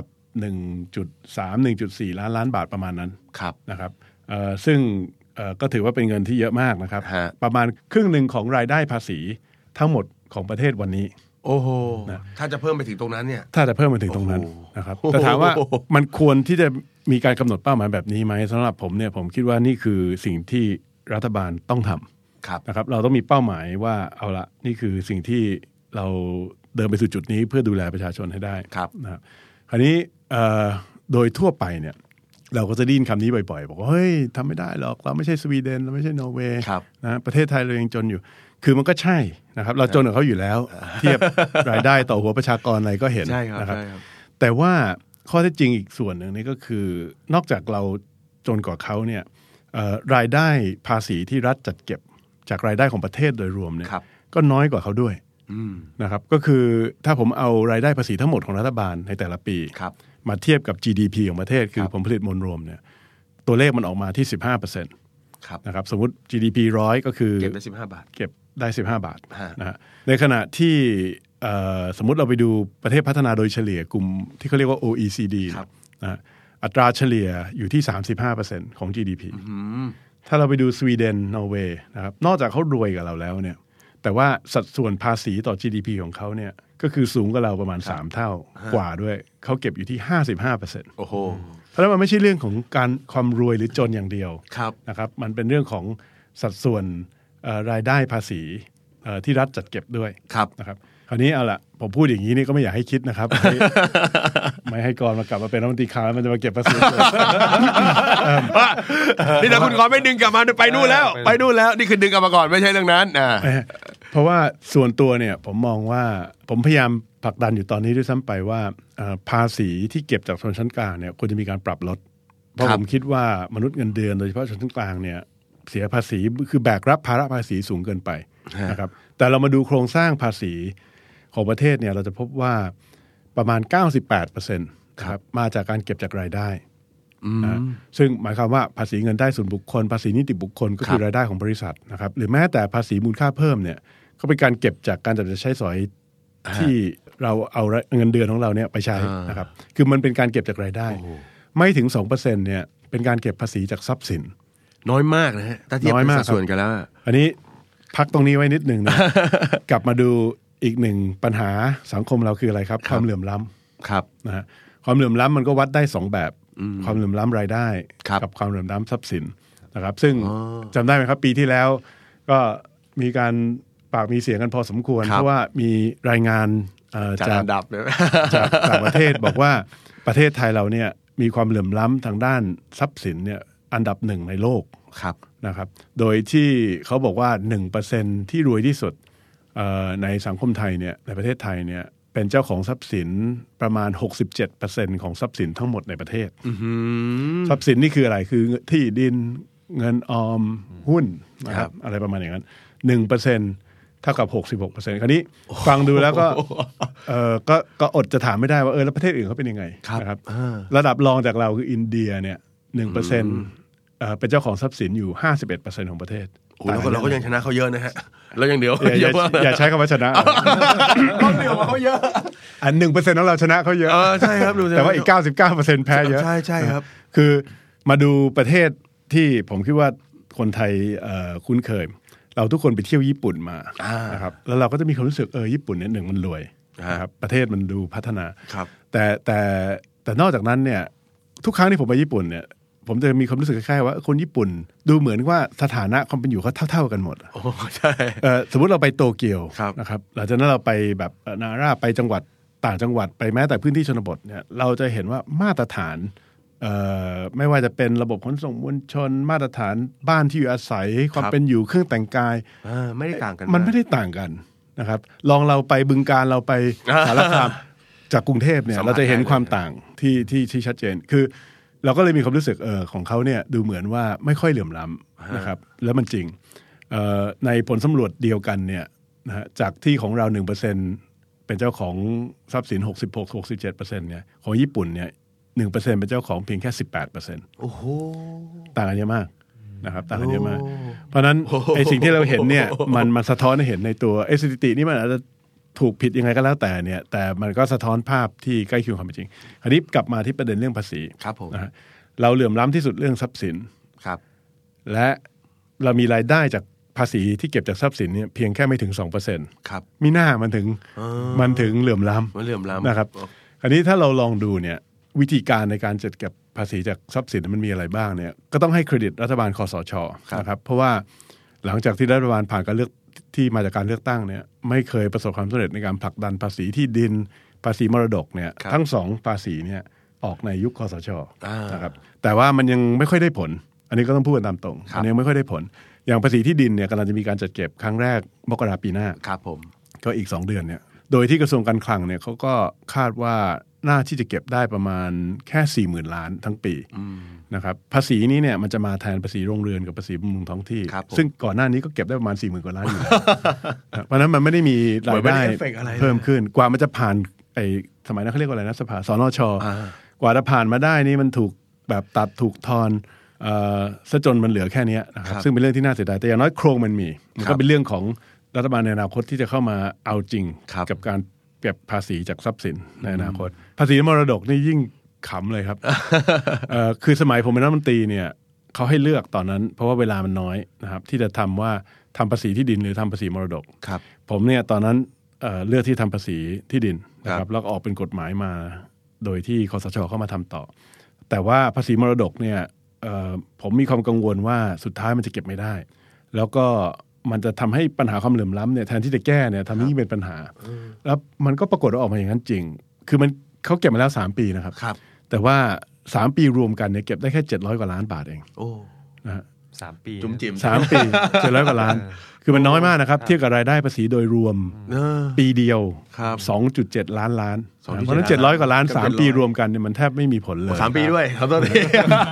1.3-1.4 ล้านบาทประมาณนั้นนะครับซึ่งก็ถือว่าเป็นเงินที่เยอะมากนะครับประมาณครึ่งหนึ่งของรายได้ภาษีทั้งหมดของประเทศวันนี้โอ้โหถ้าจะเพิ่มไปถึงตรงนั้นเนี่ยถ้าจะเพิ่มไปถึงตรงนั้นนะครับแต่ถามว่ามันควรที่จะมีการกำหนดเป้าหมายแบบนี้ไหมสำหรับผมเนี่ยผมคิดว่านี่คือสิ่งที่รัฐบาลต้องทำนะครับเราต้องมีเป้าหมายว่าเอาละนี่คือสิ่งที่เราเดินไปสู่จุดนี้เพื่อดูแลประชาชนให้ได้นะครับคราวนี้โดยทั่วไปเนี่ยเราก็จะได้ยินคำนี้บ่อยๆบอกว่าเฮ้ยทำไม่ได้หรอกเราไม่ใช่สวีเดนเราไม่ใช่นอร์เวย์นะประเทศไทยเรายังจนอยู่คือมันก็ใช่นะครับเราจนกับเขาอยู่แล้วเทียบรายได้ต่อหัวประชากรอะไรก็เห็นนะครับแต่ว่าข้อเท็จจริงอีกส่วนหนึ่งนี่ก็คือนอกจากเราจนกว่าเขาเนี่ยรายได้ภาษีที่รัฐจัดเก็บจากรายได้ของประเทศโดยรวมเนี่ยก็น้อยกว่าเขาด้วยนะครับก็คือถ้าผมเอารายได้ภาษีทั้งหมดของรัฐบาลในแต่ละปีมาเทียบกับ GDP ของประเทศคือผลผลิตมวลรวมเนี่ยตัวเลขมันออกมาที่ 15%นะครับสมมุติ GDP 100ก็คือเก็บได้15 บาทเก็บได้15 บาทนะฮะในขณะที่สมมุติเราไปดูประเทศพัฒนาโดยเฉลี่ยกลุ่มที่เขาเรียกว่า OECD นะอัตราเฉลี่ยอยู่ที่ 35% ของ GDP ถ้าเราไปดูสวีเดนนอร์เวย์นะครับนอกจากเขารวยกับเราแล้วเนี่ยแต่ว่าสัดส่วนภาษีต่อ GDP ของเขาเนี่ยก็คือสูงกว่าเราประมาณ3 เท่ากว่าด้วยเขาเก็บอยู่ที่ 55% โอ้โหเพราะฉะนั้นมันไม่ใช่เรื่องของการความรวยหรือจนอย่างเดียวนะครับมันเป็นเรื่องของสัดส่วนรายได้ภาษีที่รัฐจัดเก็บด้วยนะครับคราวนี้เอาละผมพูดอย่างนี้นี่ก็ไม่อยากให้คิดนะครับ ไม่ให้กรมากลับมาเป็นรัฐมนตรีคลังแล้วมันจะมาเก็บภาษีนี่แต่คุณกรไม่ดึงกลับมาไปนู่นแล้วนี่คือดึงกลับมาก่อนไม่ใช่เรื่องนั้นเพราะว่าส่วนตัวเนี่ยผมมองว่าผมพยายามผลักดันอยู่ตอนนี้ด้วยซ้ำไปว่าภาษีที่เก็บจากชนชั้นกลางเนี่ยควรจะมีการปรับลดเพราะผมคิดว่ามนุษย์เงินเดือนโดยเฉพาะชนชั้นกลางเนี่ยเสียภาษีคือแบกรับภาระภาษีสูงเกินไปนะครับแต่เรามาดูโครงสร้างภาษีของประเทศเนี่ยเราจะพบว่าประมาณ 98% ครับมาจากการเก็บจากรายได้ซึ่งหมายความว่าภาษีเงินได้ส่วนบุคคลภาษีนิติบุคคลก็คือรายได้ของบริษัทนะครับหรือแม้แต่ภาษีมูลค่าเพิ่มเนี่ยก็เป็นการเก็บจากการจับจ่ายใช้สอยที่เราเอาเงินเดือนของเราเนี่ยไปใช้นะครับคือมันเป็นการเก็บจากรายได้ไม่ถึง 2% เนี่ยเป็นการเก็บภาษีจากทรัพย์สินน้อยมากนะฮะถ้าเทียบเป็นสัดส่วนกันแล้วอันนี้พักตรงนี้ไว้นิดนึงนะ กลับมาดูอีกหนึ่งปัญหาสังคมเราคืออะไรครับความเหลื่อมล้ำครับนะฮะความเหลื่อมล้ำมันก็วัดได้2แบบความเหลื่อมล้ำรายได้กับความเหลื่อมล้ำทรัพย์สินนะครับซึ่งจำได้ไหมครับปีที่แล้วก็มีการปากมีเสียงกันพอสมควรเพราะว่ามีรายงานจากต่างประเทศบอกว่าประเทศไทยเราเนี่ยมีความเหลื่อมล้ำทางด้านทรัพย์สินเนี่ยอันดับ1ในโลกนะครับโดยที่เขาบอกว่า 1% ที่รวยที่สุดในสังคมไทยเนี่ยในประเทศไทยเนี่ยเป็นเจ้าของทรัพย์สินประมาณ 67% ของทรัพย์สินทั้งหมดในประเทศทรัพย์สินนี่คืออะไรคือที่ดินเงินออมหุ้นนะครับอะไรประมาณอย่างนั้น 1% เท่ากับ 66% คราวนี้ฟังดูแล้วก็อดจะถามไม่ได้ว่าแล้วประเทศอื่นเขาเป็นยังไงนะครับระดับรองจากเราคืออินเดียเนี่ย 1% เป็นเจ้าของทรัพย์สินอยู่ 51% ของประเทศเราก็ยังชนะเขาเยอะนะฮะแล้วยังเดียวอย่าใช้คำว่าชนะเราเดียวเขาเยอะอัน 1% ของเราชนะเขาเยอะใช่ครับแต่ว่าอีก 99% แพ้เยอะใช่ครับคือมาดูประเทศที่ผมคิดว่าคนไทยคุ้นเคยเราทุกคนไปเที่ยวญี่ปุ่นมานะครับแล้วเราก็จะมีความรู้สึกญี่ปุ่นเนี่ยมันรวยนะครับประเทศมันดูพัฒนาแต่นอกจากนั้นเนี่ยทุกครั้งที่ผมไปญี่ปุ่นเนี่ยผมจะมีความรู้สึกคล้ายๆว่าคนญี่ปุ่นดูเหมือนว่าสถานะความเป็นอยู่เขาเท่าๆกันหมดใช่สมมติเราไปโตเกียวนะครับหลังจากนั้นเราไปแบบนาราไปจังหวัดต่างจังหวัดไปแม้แต่พื้นที่ชนบทเนี่ยเราจะเห็นว่ามาตรฐานไม่ว่าจะเป็นระบบขนส่งมวลชนมาตรฐานบ้านที่อยู่อาศัยความเป็นอยู่เครื่องแต่งกายไม่ได้ต่างกันมันไม่ได้ต่างกันนะครับลองเราไปบึงกาฬเราไปสารคามจากกรุงเทพเนี่ยเราจะเห็นความต่างที่ชัดเจนคือเราก็เลยมีความรู้สึกของเขาเนี่ยดูเหมือนว่าไม่ค่อยเหลื่อมล้ำนะครับแล้วมันจริงในผลสำรวจเดียวกันเนี่ยนะฮะจากที่ของเรา 1% เป็นเจ้าของทรัพย์สิน 66-67% เนี่ยของญี่ปุ่นเนี่ย 1% เป็นเจ้าของเพียงแค่ 18% โอ้โหต่างกันเยอะมากนะครับต่างกันเยอะมากเพราะนั้นไอ้สิ่งที่เราเห็นเนี่ยมันสะท้อนให้เห็นในตัวสถิตินี่มันอาจจะถูกผิดยังไงก็แล้วแต่เนี่ยแต่มันก็สะท้อนภาพที่ใกล้เคียงความเป็นจริงคราวนี้กลับมาที่ประเด็นเรื่องภาษีครับผมนะฮะเราเหลื่อมล้ำที่สุดเรื่องทรัพย์สินครับและเรามีรายได้จากภาษีที่เก็บจากทรัพย์สินเนี่ยเพียงแค่ไม่ถึง 2% ครับมีหน้ามันถึงเหลื่อมล้ำนะครับคราวนี้ถ้าเราลองดูเนี่ยวิธีการในการจัดเก็บภาษีจากทรัพย์สินมันมีอะไรบ้างเนี่ยก็ต้องให้เครดิตรัฐบาลคสช.นะครับเพราะว่าหลังจากที่รัฐบาลผ่านการเลือกที่มาจากการเลือกตั้งเนี่ยไม่เคยประสบความสำเร็จในการผลักดันภาษีที่ดินภาษีมรดกเนี่ยทั้ง2ภาษีเนี่ยออกในยุคคสช.นะครับแต่ว่ามันยังไม่ค่อยได้ผลอันนี้ก็ต้องพูดกันตามตรงอันนี้ไม่ค่อยได้ผลอย่างภาษีที่ดินเนี่ยกำลังจะมีการจัดเก็บครั้งแรกมกราปีหน้าครับผมก็อีก2 เดือนเนี่ยโดยที่กระทรวงการคลังเนี่ยเขาก็คาดว่าน่าที่จะเก็บได้ประมาณแค่ 40,000 ล้านทั้งปีนะครับภาษีนี้เนี่ยมันจะมาแทนภาษีโรงเรือนกับภาษีบำรุงท้องที่ซึ่งก่อนหน้านี้ก็เก็บได้ประมาณ 40,000 กว่าล้านอยู่ เพราะนั้นมันไม่ได้มีรายได้เพิ่มขึ้นกว่ามันจะผ่านไอ้สมัยนั้นเขาเรียกว่าอะไรนะสภาสนช.กว่าจะผ่านมาได้นี่มันถูกแบบตัดถูกทอนซะจนมันเหลือแค่นี้นะครับซึ่งเป็นเรื่องที่น่าเสียดายแต่อย่างน้อยโครงมันมีมันก็เป็นเรื่องของรัฐบาลในอนาคตที่จะเข้ามาเอาจริงกับการเก็บภาษีจากทรัพย์สินในอนาคตภาษีมรดกนี่ยิ่งขำเลยครับ คือสมัยผมเป็นรัฐมนตรีเนี่ยเขาให้เลือกตอนนั้นเพราะว่าเวลามันน้อยนะครับที่จะทำว่าทำภาษีที่ดินหรือทำภาษีมรดกผมเนี่ยตอนนั้นเลือกที่ทำภาษีที่ดินนะครับแล้วก็ออกเป็นกฎหมายมาโดยที่คสช.เข้ามาทำต่อแต่ว่าภาษีมรดกเนี่ยผมมีความกังวลว่าสุดท้ายมันจะเก็บไม่ได้แล้วก็มันจะทำให้ปัญหาความเหลื่อมล้ำเนี่ยแทนที่จะแก้เนี่ยทำให้ยิ่งเป็นปัญหาแล้วมันก็ปรากฏว่าออกมาอย่างนั้นจริงคือมันเขาเก็บมาแล้ว3 ปีนะครับแต่ว่า3 ปีรวมกันเนี่ยเก็บได้แค่700 กว่าล้านบาทเองนะ 3 ปีจุ๋มจิ๋ม 3 ปี700 กว่าล้านคือมันน้อยมากนะครับเทียบกับรายได้ภาษีโดยรวมปีเดียว 2.7 ล้านเพราะฉะนั้น700 กว่าล้าน3 ปีรวมกันเนี่ยมันแทบไม่มีผลเลย 3 ปีด้วยครับตอนนี้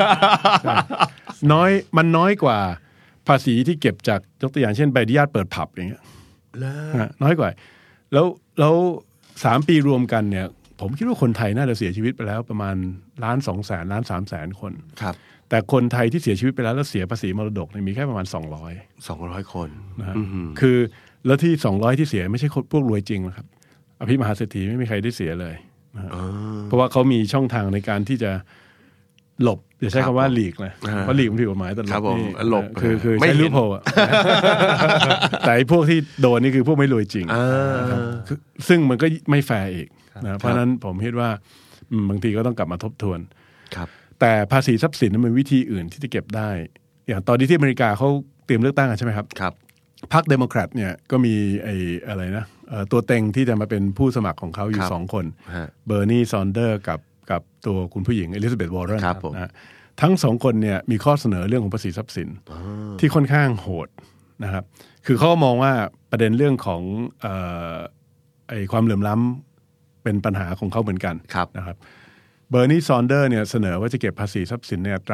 มันน้อยกว่าภาษีที่เก็บจากยกตัวอย่างเช่นใบอนุญาตเปิดผับอย่างเงี้ยน้อยกว่าแล้ว3 ปีรวมกันเนี่ยผมคิดว่าคนไทยน่าจะเสียชีวิตไปแล้วประมาณ1.2 ล้าน 1.3 คนครับแต่คนไทยที่เสียชีวิตไปแล้วเสียภาษีมรดกมีแค่ประมาณ 200คนนะคือแล้วที่200ที่เสียไม่ใช่พวกรวยจริงนะครับอภิมหาเศรษฐีไม่มีใครได้เสียเลยเพราะว่าเขามีช่องทางในการที่จะหลบอย่าใช้คำว่าหลีกนะเพราะหลีกมันผิดกฎหมายแต่หลบคือใช้ลูกโผล่แต่พวกที่โดนนี่คือพวกไม่รวยจริงซึ่งมันก็ไม่แฟร์อีกนะเพราะนั้นผมคิดว่าบางทีก็ต้องกลับมาทบทวนแต่ภาษีทรัพย์สินมันวิธีอื่นที่จะเก็บได้อย่างตอนนี้ที่อเมริกาเขาเตรียมเลือกตั้งกันใช่ไหมครับพรรคเดโมแครตเนี่ยก็มีอะไรนะตัวเต็งที่จะมาเป็นผู้สมัครของเขาอยู่2 คนเบอร์นีแซนเดอร์กับตัวคุณผู้หญิงอลิซาเบธวอร์เรนนะทั้ง2 คนเนี่ยมีข้อเสนอเรื่องของภาษีทรัพย์สินที่ค่อนข้างโหดนะครับคือเขามองว่าประเด็นเรื่องของความเหลื่อมล้ำเป็นปัญหาของเขาเหมือนกันนะครับเบอร์นีแซนเดอร์เนี่ยเสนอว่าจะเก็บภาษีทรัพย์สินในอัตรา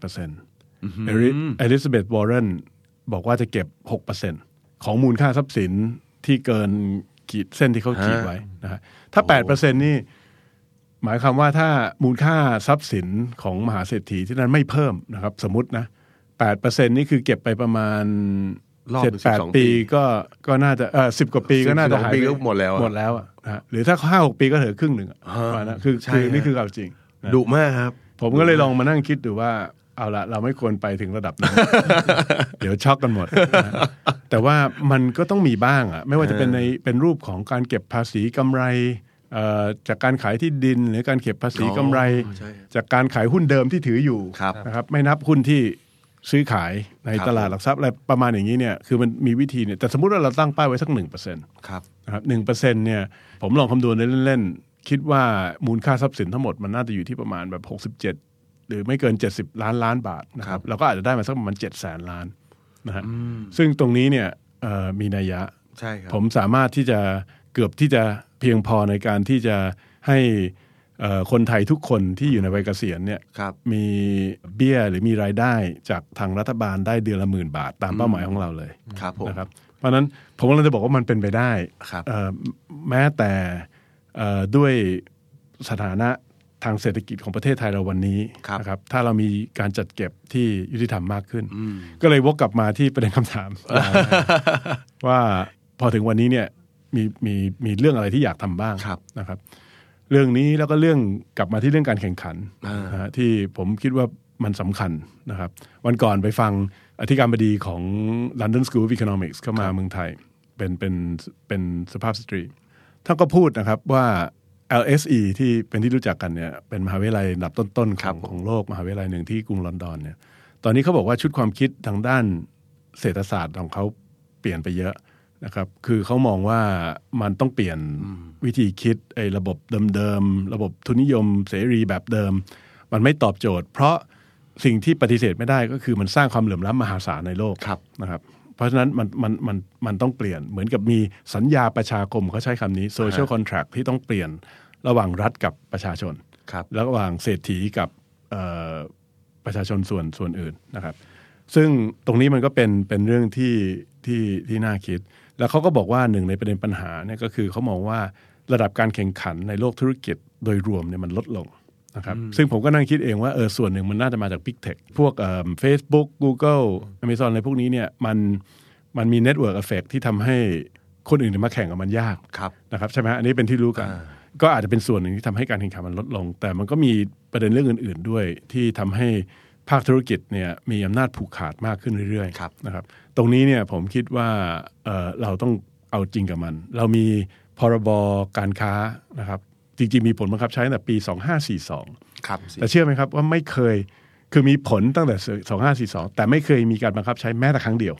8% อลิซาเบธวอร์เรนบอกว่าจะเก็บ 6% ของมูลค่าทรัพย์สินที่เกินขีดเส้นที่เขาขีดไว้นะฮะถ้า 8% นี่หมายความว่าถ้ามูลค่าทรัพย์สินของมหาเศรษฐีที่นั้นไม่เพิ่มนะครับสมมตินะ 8% นี่คือเก็บไปประมาณ 7-8 ปีก็น่าจะ10 กว่าปีก็น่าจะหายไปหมดแล้วนะหรือถ้า 5-6 ปีก็เหลือครึ่งหนึ่งนะคือนี่คือเอาจริงดุมากครับผมก็เลยลองมานั่งคิดดูว่าเอาละเราไม่ควรไปถึงระดับนั้น เดี๋ยวช็อกกันหมด แต่ว่ามันก็ต้องมีบ้างอ่ะไม่ว่าจะเป็นรูปของการเก็บภาษีกำไรจากการขายที่ดินหรือการเก็บภาษีกำไรจากการขายหุ้นเดิมที่ถืออยู่นะครับไม่นับหุ้นที่ซื้อขายในตลาดหลักทรัพย์อะไรประมาณอย่างนี้เนี่ยคือมันมีวิธีเนี่ยแต่สมมุติว่าเราตั้งป้ายไว้สัก 1% นะครับ 1% เนี่ยผมลองคำนวณเล่นๆคิดว่ามูลค่าทรัพย์สินทั้งหมดมันน่าจะอยู่ที่ประมาณแบบ67หรือไม่เกิน70 ล้านบาทนะครับเราก็อาจจะได้มาสักประมาณ700,000 ล้านนะฮะซึ่งตรงนี้เนี่ยมีนัยยะผมสามารถที่จะเกือบที่จะเพียงพอในการที่จะให้คนไทยทุกคนที่อยู่ในวัยเกษียณเนี่ยมีเบี้ยหรือมีรายได้จากทางรัฐบาลได้เดือนละ10,000 บาทตามเป้าหมายของเราเลยนะครับเพราะฉะนั้นผมกำลังจะบอกว่ามันเป็นไปได้แม้แต่ด้วยสถานะทางเศรษฐกิจของประเทศไทยเราวันนี้นะครับถ้าเรามีการจัดเก็บที่ยุติธรรมมากขึ้นก็เลยวกกลับมาที่ประเด็นคำถาม ว่าพอถึงวันนี้เนี่ยมีเรื่องอะไรที่อยากทำบ้างนะครับเรื่องนี้แล้วก็เรื่องกลับมาที่เรื่องการแข่งขันที่ผมคิดว่ามันสำคัญนะครับวันก่อนไปฟังอธิการบดีของ London School of Economics เข้ามาเมืองไทยเป็นสุภาพสตรีท่านก็พูดนะครับว่า LSE ที่เป็นที่รู้จักกันเนี่ยเป็นมหาวิทยาลัยอันดับต้นๆของโลกมหาวิทยาลัยหนึ่งที่กรุงลอนดอนเนี่ยตอนนี้เขาบอกว่าชุดความคิดทางด้านเศรษฐศาสตร์ของเขาเปลี่ยนไปเยอะนะครับคือเขามองว่ามันต้องเปลี่ยนวิธีคิดไอ้ระบบเดิมๆระบบทุนนิยมเสรีแบบเดิมมันไม่ตอบโจทย์เพราะสิ่งที่ปฏิเสธไม่ได้ก็คือมันสร้างความเหลื่อมล้ำมหาศาลในโลกนะครับเพราะฉะนั้นมันต้องเปลี่ยนเหมือนกับมีสัญญาประชาคมเขาใช้คำนี้ social contract ที่ต้องเปลี่ยนระหว่างรัฐกับประชาชนแล้วระหว่างเศรษฐีกับประชาชนส่วนอื่นนะครับซึ่งตรงนี้มันก็เป็นเรื่องที่น่าคิดแล้วเขาก็บอกว่าหนึ่งในประเด็นปัญหาเนี่ยก็คือเขามองว่าระดับการแข่งขันในโลกธุรกิจโดยรวมเนี่ยมันลดลงนะครับซึ่งผมก็นั่งคิดเองว่าส่วนหนึ่งมันน่าจะมาจาก Big Tech พวกFacebook Google Amazon อะไรพวกนี้เนี่ยมันมี Network Effect ที่ทำให้คนอื่นมาแข่งกับมันยากนะครับใช่ไหมอันนี้เป็นที่รู้กันก็อาจจะเป็นส่วนหนึ่งที่ทำให้การแข่งขันมันลดลงแต่มันก็มีประเด็นเรื่องอื่นๆด้วยที่ทำให้ภาคธุรกิจเนี่ยมีอำนาจผูกขาดมากขึ้นเรื่อยๆนะครับตรงนี้เนี่ยผมคิดว่าเราต้องเอาจริงกับมันเรามีพรบการค้านะครับจริงๆมีผลบังคับใช้ตั้งแต่ปี2542ครับแต่เชื่อไหมครับว่าไม่เคยคือมีผลตั้งแต่2542แต่ไม่เคยมีการบังคับใช้แม้แต่ครั้งเดียว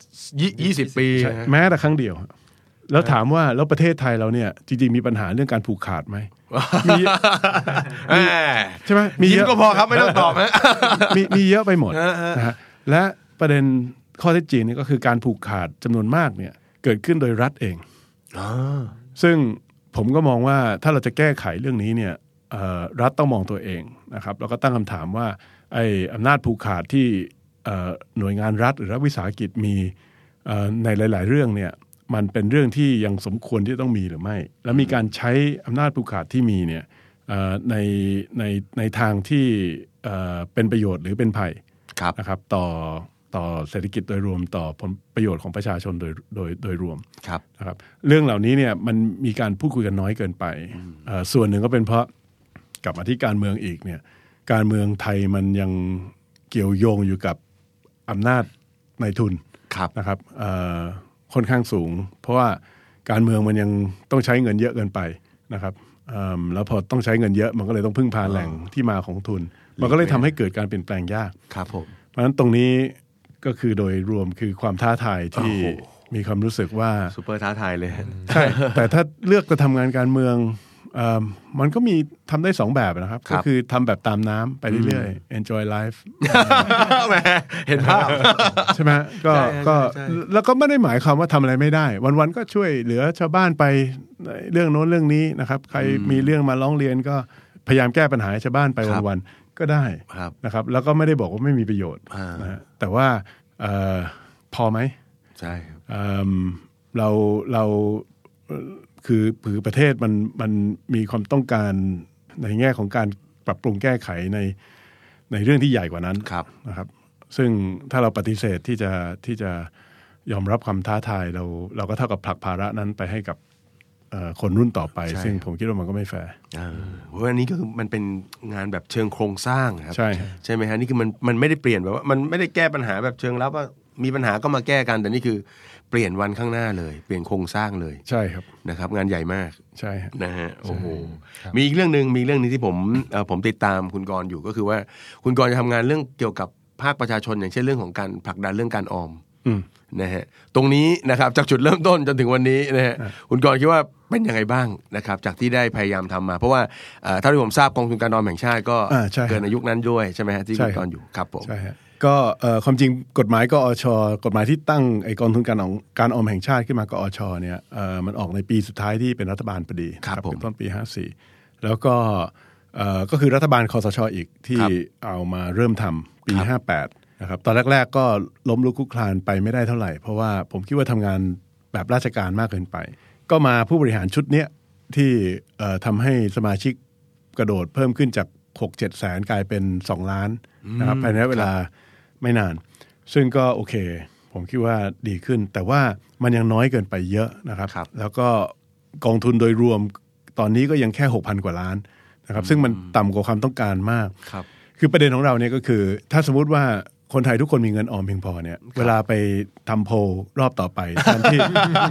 20 ปีแม้แต่ครั้งเดียวแล้วถามว่าแล้วประเทศไทยเราเนี่ยจริงๆมีปัญหาเรื่องการผูกขาดไหมใช่ไหมมีเยอะก็พอครับไม่ต้องตอบนะมีเยอะไปหมดนะฮะและประเด็นข้อเท็จจริงนี่ก็คือการผูกขาดจำนวนมากเนี่ยเกิดขึ้นโดยรัฐเองซึ่งผมก็มองว่าถ้าเราจะแก้ไขเรื่องนี้เนี่ยรัฐต้องมองตัวเองนะครับแล้วก็ตั้งคำถามว่าไอ้อำนาจผูกขาดที่หน่วยงานรัฐหรือรัฐวิสาหกิจมีในหลายๆเรื่องเนี่ยมันเป็นเรื่องที่ยังสมควรที่ต้องมีหรือไม่แล้วมีการใช้อำนาจผูกขาดที่มีเนี่ยในทางที่เป็นประโยชน์หรือเป็นภัยนะครับต่อเศรษฐกิจโดยรวมต่อผลประโยชน์ของประชาชนโดยรวมนะครับเรื่องเหล่านี้เนี่ยมันมีการพูดคุยกันน้อยเกินไปส่วนหนึ่งก็เป็นเพราะกลับมาที่การเมืองอีกเนี่ยการเมืองไทยมันยังเกี่ยวโยงอยู่กับอำนาจนายทุนนะครับค่อนข้างสูงเพราะว่าการเมืองมันยังต้องใช้เงินเยอะเกินไปนะครับแล้วพอต้องใช้เงินเยอะมันก็เลยต้องพึ่งพาแหล่งที่มาของทุนมันก็เลยทำให้เกิดการเปลี่ยนแปลงยากครับผมเพราะฉะนั้นตรงนี้ก็คือโดยรวมคือความท้าทายที่มีความรู้สึกว่าซุปเปอร์ท้าทายเลยใช่ แต่ถ้าเลือกจะทำงานการเมืองมันก็มีทำได้2แบบนะครับก็คือทำแบบตามน้ำไปเรื่อยๆ enjoy life แหมเห็นภาพใช่ไหมก็แล้วก็ไม่ได้หมายความว่าทำอะไรไม่ได้วันๆก็ช่วยเหลือชาวบ้านไปเรื่องโน้นเรื่องนี้นะครับใครมีเรื่องมาร้องเรียนก็พยายามแก้ปัญหาให้ชาวบ้านไปวันๆก็ได้นะครับแล้วก็ไม่ได้บอกว่าไม่มีประโยชน์นะแต่ว่าพอไหมใช่เราคือประเทศมันมีความต้องการในแง่ของการปรับปรุงแก้ไขในเรื่องที่ใหญ่กว่านั้นนะครับซึ่งถ้าเราปฏิเสธที่จะยอมรับความท้าทายเราก็เท่ากับผลักภาระนั้นไปให้กับคนรุ่นต่อไปซึ่งผมคิดว่ามันก็ไม่แฟร์เพราะว่านี้ก็คือมันเป็นงานแบบเชิงโครงสร้างครับใช่ไหมฮะนี่คือมันไม่ได้เปลี่ยนแบบว่ามันไม่ได้แก้ปัญหาแบบเชิงลับว่ามีปัญหาก็มาแก้กันแต่นี่คือเปลี่ยนวันข้างหน้าเลยเปลี่ยนโครงสร้างเลยใช่ครับนะครับงานใหญ่มากใช่นะฮะโอ้โหมีอีกเรื่องนึงที่ผมติดตามคุณกรณ์อยู่ก็คือว่าคุณกรณ์จะทำงานเรื่องเกี่ยวกับภาคประชาชนอย่างเช่นเรื่องของการผลักดันเรื่องการออมนะฮะตรงนี้นะครับจากจุดเริ่มต้นจนถึงวันนี้นะฮะคุณกรณ์คิดว่าเป็นยังไงบ้างนะครับจากที่ได้พยายามทำมาเพราะว่าเท่าที่ผมทราบกองทุนการออมแห่งชาติก็เกิดในยุคนั้นด้วยใช่ไหมฮะที่คุณกรณ์อยู่ครับผมใช่ฮะก็ความจริงกฎหมายกอช.กฎหมายที่ตั้งไอกองทุนการออมแห่งชาติขึ้นมากอช.เนี่ยมันออกในปีสุดท้ายที่เป็นรัฐบาลพอดีครับเป็นต้นปี54แล้วก็คือรัฐบาลคสช.อีกที่เอามาเริ่มทำปี58นะครับตอนแรกๆก็ล้มลุกคลุกคลานไปไม่ได้เท่าไหร่เพราะว่าผมคิดว่าทำงานแบบราชการมากเกินไปก็มาผู้บริหารชุดเนี้ยที่ทำให้สมาชิกกระโดดเพิ่มขึ้นจาก 6-7 แสนกลายเป็น2ล้านนะครับภายในเวลาไม่นานซึ่งก็โอเคผมคิดว่าดีขึ้นแต่ว่ามันยังน้อยเกินไปเยอะนะครับแล้วก็กองทุนโดยรวมตอนนี้ก็ยังแค่ 6,000 กว่าล้านนะครับซึ่งมันต่ำกว่าความต้องการมากคือประเด็นของเราเนี่ยก็คือถ้าสมมุติว่าคนไทยทุกคนมีเงินออมเพียงพอเนี่ยเวลาไปทำโพลรอบต่อไปตอนที่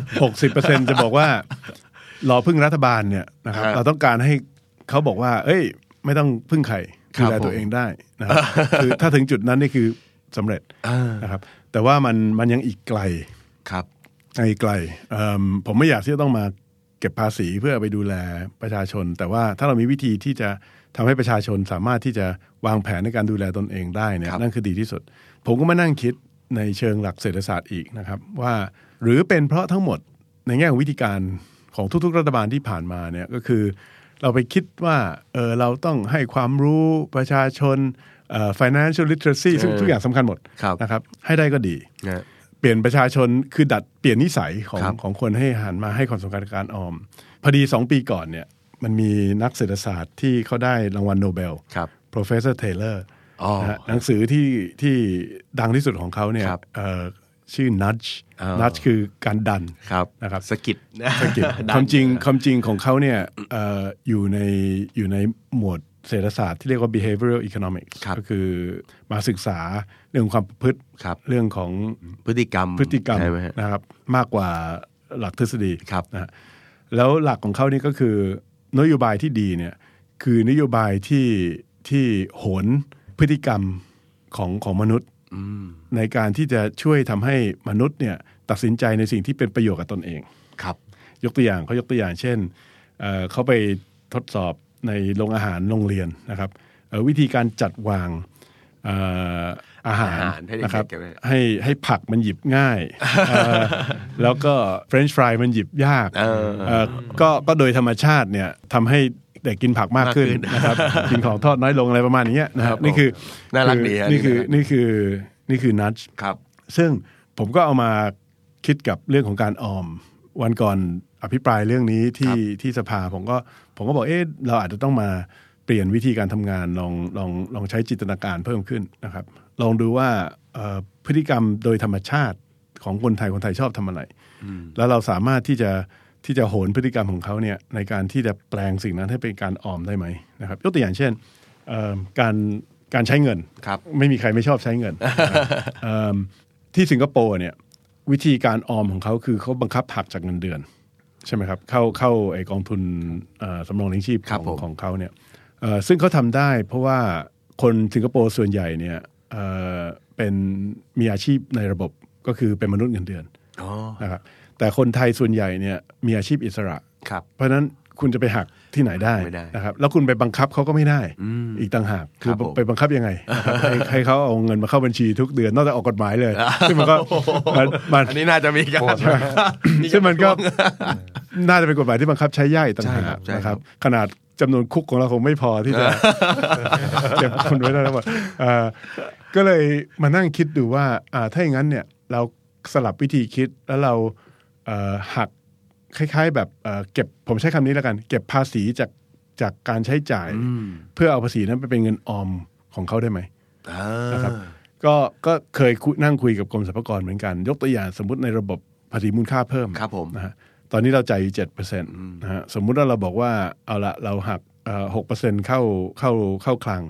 60% จะบอกว่ารอพึ่งรัฐบาลเนี่ยนะครับเราต้องการให้เขาบอกว่าเอ้ยไม่ต้องพึ่งใครดูแลตัวเองได้นะครับคือถ้าถึงจุดนั้นนี่คือสำเร็จนะครับแต่ว่ามันยังอีกไกลครับอีกไกลผมไม่อยากที่จะต้องมาเก็บภาษีเพื่อไปดูแลประชาชนแต่ว่าถ้าเรามีวิธีที่จะทำให้ประชาชนสามารถที่จะวางแผนในการดูแลตนเองได้เนี่ยนั่นคือดีที่สุดผมก็มานั่งคิดในเชิงหลักเศรษฐศาสตร์อีกนะครับว่าหรือเป็นเพราะทั้งหมดในแง่ของวิธีการของทุกๆรัฐบาลที่ผ่านมาเนี่ยก็คือเราไปคิดว่าเราต้องให้ความรู้ประชาชนfinancial literacy ซึ่งทุกอย่างสำคัญหมดนะครับให้ได้ก็ดีเปลี่ยนประชาชนคือเปลี่ยนนิสัยของคนให้หันมาให้ความสำคัญกับการออมพอดี2ปีก่อนเนี่ยมันมีนักเศรษฐศาสตร์ที่เขาได้รางวัลโนเบล Professor Taylor หนังสือที่ดังที่สุดของเขาเนี่ยชื่อ nudge คือการดันนะครับสกิดความจริงของเขาเนี่ยอยู่ในหมวดเศรษฐศาสตร์ที่เรียกว่า behavioral economics ก็คือมาศึกษาเรื่องความประพฤติเรื่องของพฤติกรรมนะครับมากกว่าหลักทฤษฎีนะแล้วหลักของเขานี่ก็คือนโยบายที่ดีเนี่ยคือนโยบายที่โหนพฤติกรรมของมนุษย์ในการที่จะช่วยทำให้มนุษย์เนี่ยตัดสินใจในสิ่งที่เป็นประโยชน์กับตนเองครับยกตัวอย่างเช่นเขาไปทดสอบในโรงอาหารโรงเรียนนะครับวิธีการจัดวางอาหารให้เด็กๆนะครับเก็บไว้ให้ผักมันหยิบง่ายแล้วก็เฟรนช์ฟรายมันหยิบยากก็โดยธรรมชาติเนี่ยทำให้เด็กกินผักมากขึ้นนะครับกินของทอดน้อยลงอะไรประมาณนี้นะครับนี่คือน่ารักดีนี่คือนัทครับซึ่งผมก็เอามาคิดกับเรื่องของการออมวันก่อนอภิปรายเรื่องนี้ที่สภาผมก็บอกเราอาจจะต้องมาเปลี่ยนวิธีการทำงานลองใช้จินตนาการเพิ่มขึ้นนะครับลองดูว่าพฤติกรรมโดยธรรมชาติของคนไทยชอบทำอะไรแล้วเราสามารถที่จะโหนพฤติกรรมของเขาเนี่ยในการที่จะแปลงสิ่งนั้นให้เป็นการออมได้ไหมนะครับยกตัวอย่างเช่นการใช้เงินไม่มีใครไม่ชอบใช้เงิน ที่สิงคโปร์เนี่ยวิธีการออมของเขาคือเขาบังคับหักจากเงินเดือนใช่ไหมครับเข้าไอกองทุนสำรองเลี้ยงชีพของเขาเนี่ยซึ่งเขาทำได้เพราะว่าคนสิงคโปร์ส่วนใหญ่เนี่ยเป็นมีอาชีพในระบบก็คือเป็นมนุษย์เงินเดือนนะครับแต่คนไทยส่วนใหญ่เนี่ยมีอาชีพอิสระเพราะฉะนั้นคุณจะไปหักที่ไหนได้นะครับแล้วคุณไปบังคับเขาก็ไม่ได้อีกต่างหากคือไปบังคับยังไงให้เขาเอาเงินมาเข้าบัญชีทุกเดือนนอกจากออกกฎหมายเลยซึ่งมันก็อันนี้น่าจะมีการซึ่งมันก็น่าจะเป็นกฎหมายที่บังคับใช้ยากต่างหากนะครับขนาดจำนวนคุกของเราคงไม่พอที่จะเก็บคนไว้ได้ทั้งหมดก็เลยมานั่งคิดดูว่าถ้าอย่างนั้นเนี่ยเราสลับวิธีคิดแล้วเราหักคล้ายๆแบบเก็บผมใช้คำนี้แล้วกันเก็บภาษีจากการใช้จ่ายเพื่อเอาภาษีนั้นไปเป็นเงินออมของเขาได้ไหมนะครับก็เคยนั่งคุยกับกรมสรรพากรเหมือนกันยกตัวอย่างสมมติในระบบภาษีมูลค่าเพิ่มนะฮะตอนนี้เราจ่ายอยู่ 7% นะฮะสมมุติว่าเราบอกว่าเอาละเราหัก6% เข้าคลัง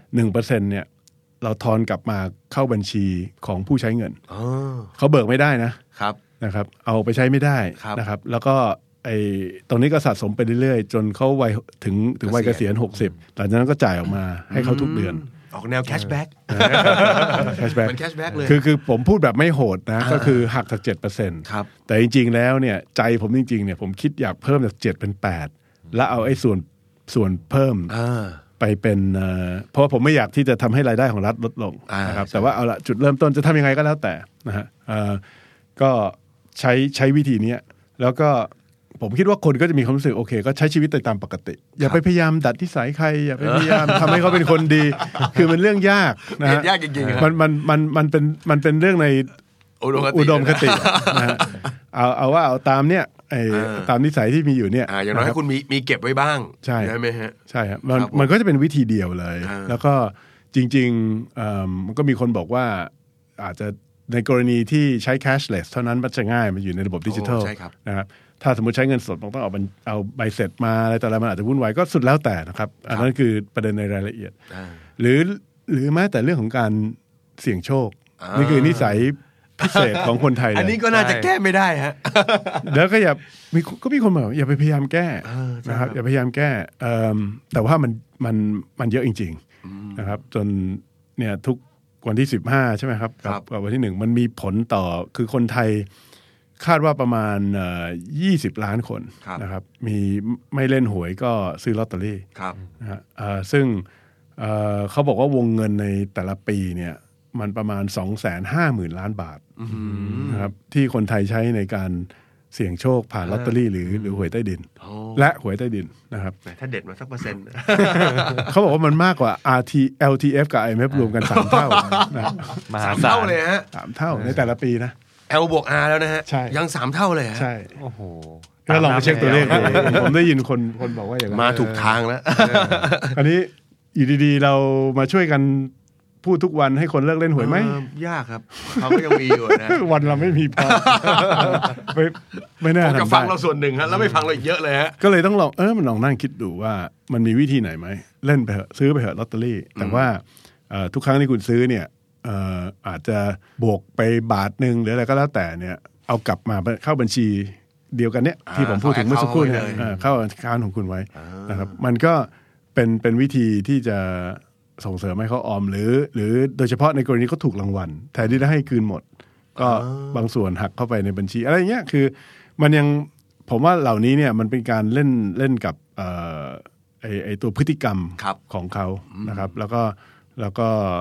1% เนี่ยเราทอนกลับมาเข้าบัญชีของผู้ใช้เงินเขาเบิกไม่ได้นะครับเอาไปใช้ไม่ได้นะครับแล้วก็ตรงนี้ก็สะสมไปเรื่อยๆจนเขาวัยถึงวัยเกษียณ60หลังจากนั้นก็จ่ายออกมาให้เขาทุกเดือนออกแนวแคชแบ็กมันแคชแบ็กเลยคือผมพูดแบบไม่โหดนะก็คือหักจาก 7% ครับแต่จริงๆแล้วเนี่ยใจผมจริงๆเนี่ยผมคิดอยากเพิ่มจาก7เป็น8แล้วเอาส่วนเพิ่มไปเป็นเพราะผมไม่อยากที่จะทำให้รายได้ของรัฐลดลงนะครับแต่ว่าเอาละจุดเริ่มต้นจะทำยังไงก็แล้วแต่นะฮะก็ใช้วิธีนี้แล้วก็ผมคิดว่าคนก็จะมีความรู้สึกโอเคก็ใช้ชีวิตตามปกติอย่าไปพยายามดัดนิสัยใครอย่าไปพยายามทำให้เขาเป็นคนดีคือมันเรื่องยากนะฮะยากจริงๆมันเป็นเรื่องในอุดมคตินะฮะเอาตามเนี้ยตามนิสัยที่มีอยู่เนี่ยอย่างน้อยให้คุณมีเก็บไว้บ้างใช่ไหมฮะใช่ครับมันก็จะเป็นวิธีเดียวเลยแล้วก็จริงๆมันก็มีคนบอกว่าอาจจะในกรณีที่ใช้ cashless เท่านั้นมันจะง่ายมันอยู่ในระบบดิจิทัลนะครับถ้าสมมติใช้เงินสดมันต้องเอาใบเสร็จมาอะไรแต่ละมันอาจจะวุ่นวายก็สุดแล้วแต่นะครับอันนั้นคือประเด็นในรายละเอียดหรือแม้แต่เรื่องของการเสี่ยงโชคนี่คือนิสัยพิเศษของคนไทยอันนี้ก็น่าจะแก้ไม่ได้ฮะแล้วก็ก็มีคนบอกอย่าไปพยายามแก้นะครับอย่าพยายามแก้แต่ว่ามันเยอะจริงๆนะครับจนเนี่ยทุกวันที่15ใช่ไหมครับกับวันที่1มันมีผลต่อคือคนไทยคาดว่าประมาณ20 ล้านคนนะครับมีไม่เล่นหวยก็ซื้อลอตเตอรี่นะฮะซึ่งเขาบอกว่าวงเงินในแต่ละปีเนี่ยมันประมาณ 250,000 ล้านบาทนะครับที่คนไทยใช้ในการเสี่ยงโชคผ่านลอตเตอรี่หรือหวยใต้ดินและหวยใต้ดินนะครับถ้าเด็ดมาสัก% เขาบอกว่ามันมากกว่า LTF กับ IMF รวมกัน3 เท่านะ 3 เท่าเลยฮะ 3 เท่าในแต่ละปีนะ L บวก R แล้วนะฮะยัง3 เท่าเลยฮะใช่โอ้โหก็ลองไปเช็คตัวเลขดูผมได้ยินคนบอกว่าอย่างนั้นมาถูกทางแล้วอันนี้อยู่ดีๆเรามาช่วยกันพูดทุกวันให้คนเลิกเล่นหวยไหมยากครับเขาก็ยังมีอยู่นะวันเราไม่มีพอไม่แน่จะฟังเราส่วนหนึ่งฮะแล้วไม่ฟังเราอีกเยอะเลยฮะก็เลยต้องลองมันลองนั่งคิดดูว่ามันมีวิธีไหนไหมเล่นไปเถอะซื้อไปเถอะลอตเตอรี่แต่ว่าทุกครั้งที่คุณซื้อเนี่ยอาจจะบวกไปบาทนึงหรืออะไรก็แล้วแต่เนี่ยเอากลับมาเข้าบัญชีเดียวกันเนี่ยที่ผมพูดถึงเมื่อสักครู่เนี่ยเข้าแอคเคาท์ของคุณไว้นะครับมันก็เป็นวิธีที่จะส่งเสริมให้เขาออมหรือโดยเฉพาะในกรณีเขาถูกรางวัลแทนที่จะให้คืนหมดก็บางส่วนหักเข้าไปในบัญชีอะไรเงี้ยคือมันยังผมว่าเหล่านี้เนี่ยมันเป็นการเล่นกับไอตัวพฤติกรรมของเขานะครับแล้วก็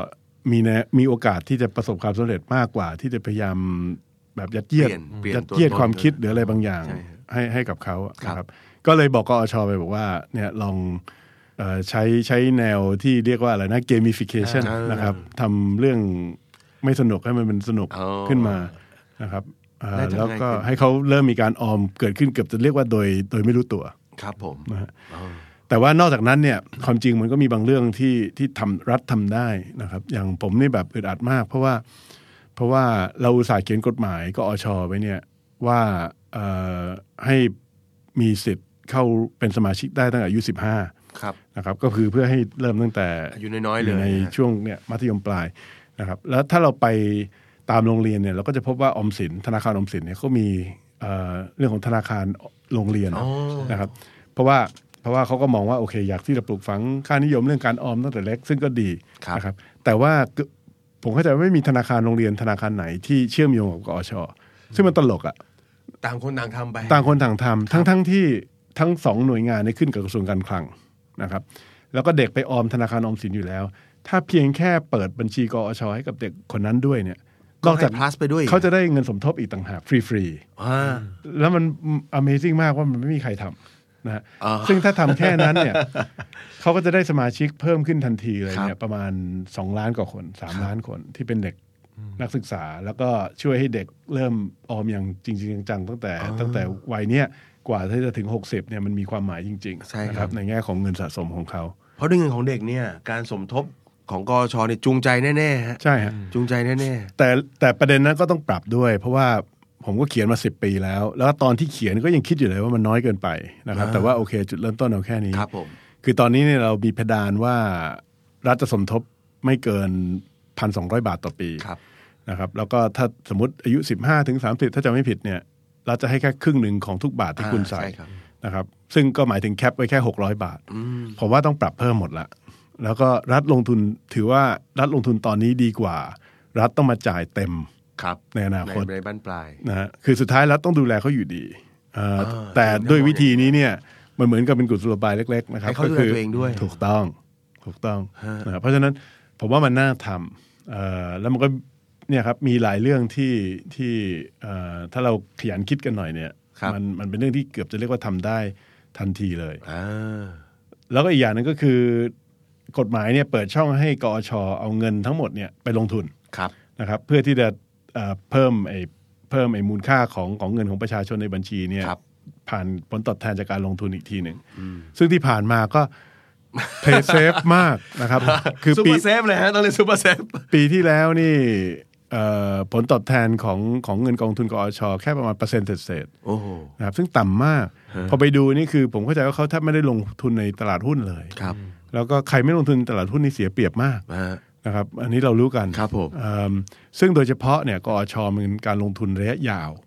มีโอกาสที่จะประสบความสำเร็จมากกว่าที่จะพยายามแบบยัดเยียดความคิดหรืออะไรบางอย่างให้กับเขาครับก็เลยบอกกอช.ไปบอกว่าเนี่ยลองใช้แนวที่เรียกว่าอะไรนะ gamification นะครับทำเรื่องไม่สนุกให้มันเป็นสนุกขึ้นมานะครับแล้วก็ให้เขาเริ่มมีการออมเกิดขึ้นเกือบจะเรียกว่าโดยไม่รู้ตัวครับผมนะฮะแต่ว่านอกจากนั้นเนี่ยความจริงมันก็มีบางเรื่องที่รัฐทำได้นะครับอย่างผมนี่แบบอึดอัดมากเพราะว่าเราอุตส่าห์เขียนกฎหมายกอช.ไว้เนี่ยว่าให้มีสิทธิ์เข้าเป็นสมาชิกได้ตั้งแต่อายุ15 ครับนะครับก็คือเพื่อให้เริ่มตั้งแต่อายุน้อยๆเลยในช่วงเนี่ยมัธยมปลายนะครับแล้วถ้าเราไปตามโรงเรียนเนี่ยเราก็จะพบว่าออมสินธนาคารออมสินเนี่ยเขามีเรื่องของธนาคารโรงเรียนนะครับเพราะว่าเขาก็มองว่าโอเคอยากที่จะปลูกฝังค่านิยมเรื่องการออมตั้งแต่เล็กซึ่งก็ดีนะครับแต่ว่าผมเข้าใจว่าไม่มีธนาคารโรงเรียนธนาคารไหนที่เชื่อมโยงกับกอช.ซึ่งมันตลกอ่ะต่างคนต่างทำไปต่างคนต่างทำทั้งที่ทั้งสองหน่วยงานนี้ขึ้นกับกระทรวงการคลังนะครับแล้วก็เด็กไปออมธนาคารออมสินอยู่แล้วถ้าเพียงแค่เปิดบัญชีกอช.ให้กับเด็กคนนั้นด้วยเนี่ยนอกจาก plus ไปด้วยเขาจะได้เงินสมทบอีกต่างหากฟรีๆแล้วมัน Amazing มากว่ามันไม่มีใครทำนะซึ่งถ้าทำแค่นั้นเนี่ยเขาก็จะได้สมาชิกเพิ่มขึ้นทันทีเลยเนี่ยประมาณ2ล้านกว่าคน3ล้านคนที่เป็นเด็กนักศึกษาแล้วก็ช่วยให้เด็กเริ่มออมอย่างจริงๆจังๆตั้งแต่วัยเนี้ยกว่าที่จะถึง60เนี่ยมันมีความหมายจริงๆนะครับในแง่ของเงินสะสมของเขาเพราะด้วยเงินของเด็กเนี่ยการสมทบของกช.เนี่ยจูงใจแน่ๆฮะใช่ฮะจูงใจแน่ๆแต่ประเด็นนั้นก็ต้องปรับด้วยเพราะว่าผมก็เขียนมา10 ปีแล้วตอนที่เขียนก็ยังคิดอยู่เลยว่ามันน้อยเกินไปนะครับแต่ว่าโอเคจุดเริ่มต้นเอาแค่นี้ครับผมคือตอนนี้เนี่ยเรามีเพดานว่ารัฐจะสมทบไม่เกิน 1,200 บาทต่อปีนะครับแล้วก็ถ้าสมมติอายุ15 ถึง 30ถ้าจำไม่ผิดเนี่ยรัฐจะให้แค่ครึ่งหนึ่งของทุกบาทที่คุณใส่นะครับซึ่งก็หมายถึงแคปไว้แค่600 บาทผมว่าต้องปรับเพิ่มหมดละแล้วก็รัฐลงทุนถือว่ารัฐลงทุนตอนนี้ดีกว่ารัฐต้องมาจ่ายเต็มในอนาคตในบ้านปลายนะฮะคือสุดท้ายรัฐต้องดูแลเขาอยู่ดีแต่ด้วยวิธีนี้เนี่ยมันเหมือนกับเป็นกุศโลบายเล็กๆนะครับก็คือตัวเองด้วยถูกต้องนะเพราะฉะนั้นผมว่ามันน่าทำแล้วมันก็เนี่ยครับมีหลายเรื่องที่ถ้าเราขยันคิดกันหน่อยเนี่ยมันเป็นเรื่องที่เกือบจะเรียกว่าทำได้ทันทีเลยแล้วก็อีกอย่างนึงก็คือกฎหมายเนี่ยเปิดช่องให้กอช.เอาเงินทั้งหมดเนี่ยไปลงทุนนะครับเพื่อที่จะเพิ่มมูลค่าของเงินของประชาชนในบัญชีเนี่ยผ่านผลตอบแทนจากการลงทุนอีกทีหนึ่งซึ่งที่ผ่านมาก็เพย์เซฟมากนะครับคือซูเปอร์เซฟเลยฮะต้องเรียกซูเปอร์เซฟปีที่แล้วนี่ผลตอบแทนของเงินกองทุนกอช.แค่ประมาณ%เศษนะครับซึ่งต่ำมากพอไปดูนี่คือผมเข้าใจว่าเขาแทบไม่ได้ลงทุนในตลาดหุ้นเลยแล้วก็ใครไม่ลงทุนตลาดหุ้นนี่เสียเปรียบมากนะครับอันนี้เรารู้กันครับผมซึ่งโดยเฉพาะเนี่ยกอช.มันเป็นการลงทุนระยะยาว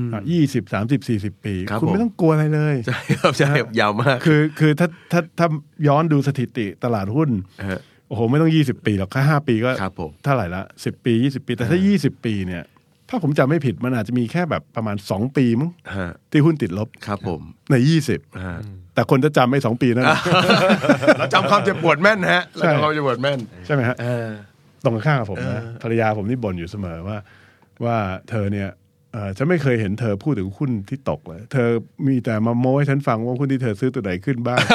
20 30 40 ปีคุณไม่ต้องกลัวอะไรเลยใช่ครับใช่ยาวมากคือถ้าย้อนดูสถิติตลาดหุ้นโอ้โหไม่ต้อง20 ปีหรอกแค่5 ปีก็เท่าไหร่ละ10 ปี20 ปีแต่ถ้า20 ปีเนี่ยถ้าผมจำไม่ผิดมันอาจจะมีแค่แบบประมาณ2 ปีมั้งที่หุ้นติดลบครับผมใน20แต่คนจะจำไม่2 ปีนั่นเราจำความเจ็บปวดแม่นฮะเราจำความเจ็บปวดแม่นใช่ไหมฮะตรงข้างกับผมนะภรรยาผมนี่บ่นอยู่เสมอว่าเธอเนี่ยฉันไม่เคยเห็นเธอพูดถึงหุ้นที่ตกเลยเธอมีแต่มาโม้ให้ฉันฟังว่าหุ้นที่เธอซื้อตัวไหนขึ้นบ้าง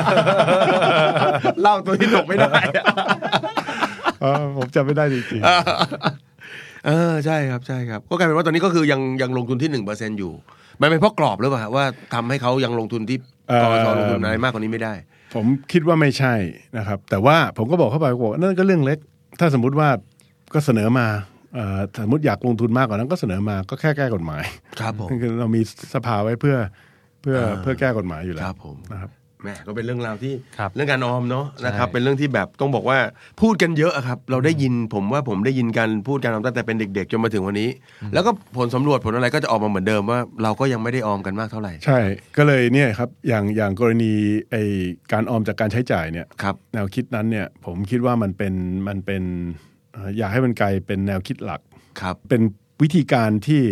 เล่าตัวที่ตกไม่ได้ผมจำไม่ได้จริงๆใช่ครับก็กลายเป็นว่าตอนนี้ก็คือยังลงทุนที่ 1% อยู่มันเป็นเพราะกรอบหรือเปล่าว่าทำให้เขายังลงทุนที่กอช.ลงทุนอะไรมากกว่านี้ไม่ได้ผมคิดว่าไม่ใช่นะครับแต่ว่าผมก็บอกเข้าไปว่านั่นก็เรื่องเล็กถ้าสมมุติว่าก็เสนอมาสมมติอยากลงทุนมากกว่านั้นก็เสนอมาก็แค่แก้กฎหมายครับผมคือเรามีสภาไว้เพื่อแก้กฎหมายอยู่แล้วนะครับแหมก็เป็นเรื่องราวที่เรื่องการออมเนาะนะครับเป็นเรื่องที่แบบต้องบอกว่าพูดกันเยอะครับเราได้ยินผมได้ยินกันพูดการออมตั้งแต่เป็นเด็กๆจนมาถึงวันนี้แล้วก็ผลสำรวจผลอะไรก็จะออกมาเหมือนเดิมว่าเราก็ยังไม่ได้ออมกันมากเท่าไหร่ใช่ก็เลยเนี่ยครับอย่างกรณีไอการออมจากการใช้จ่ายเนี่ยแนวคิดนั้นเนี่ยผมคิดว่ามันเป็นอยากให้มันกลายเป็นแนวคิดหลักเป็นวิธีการที่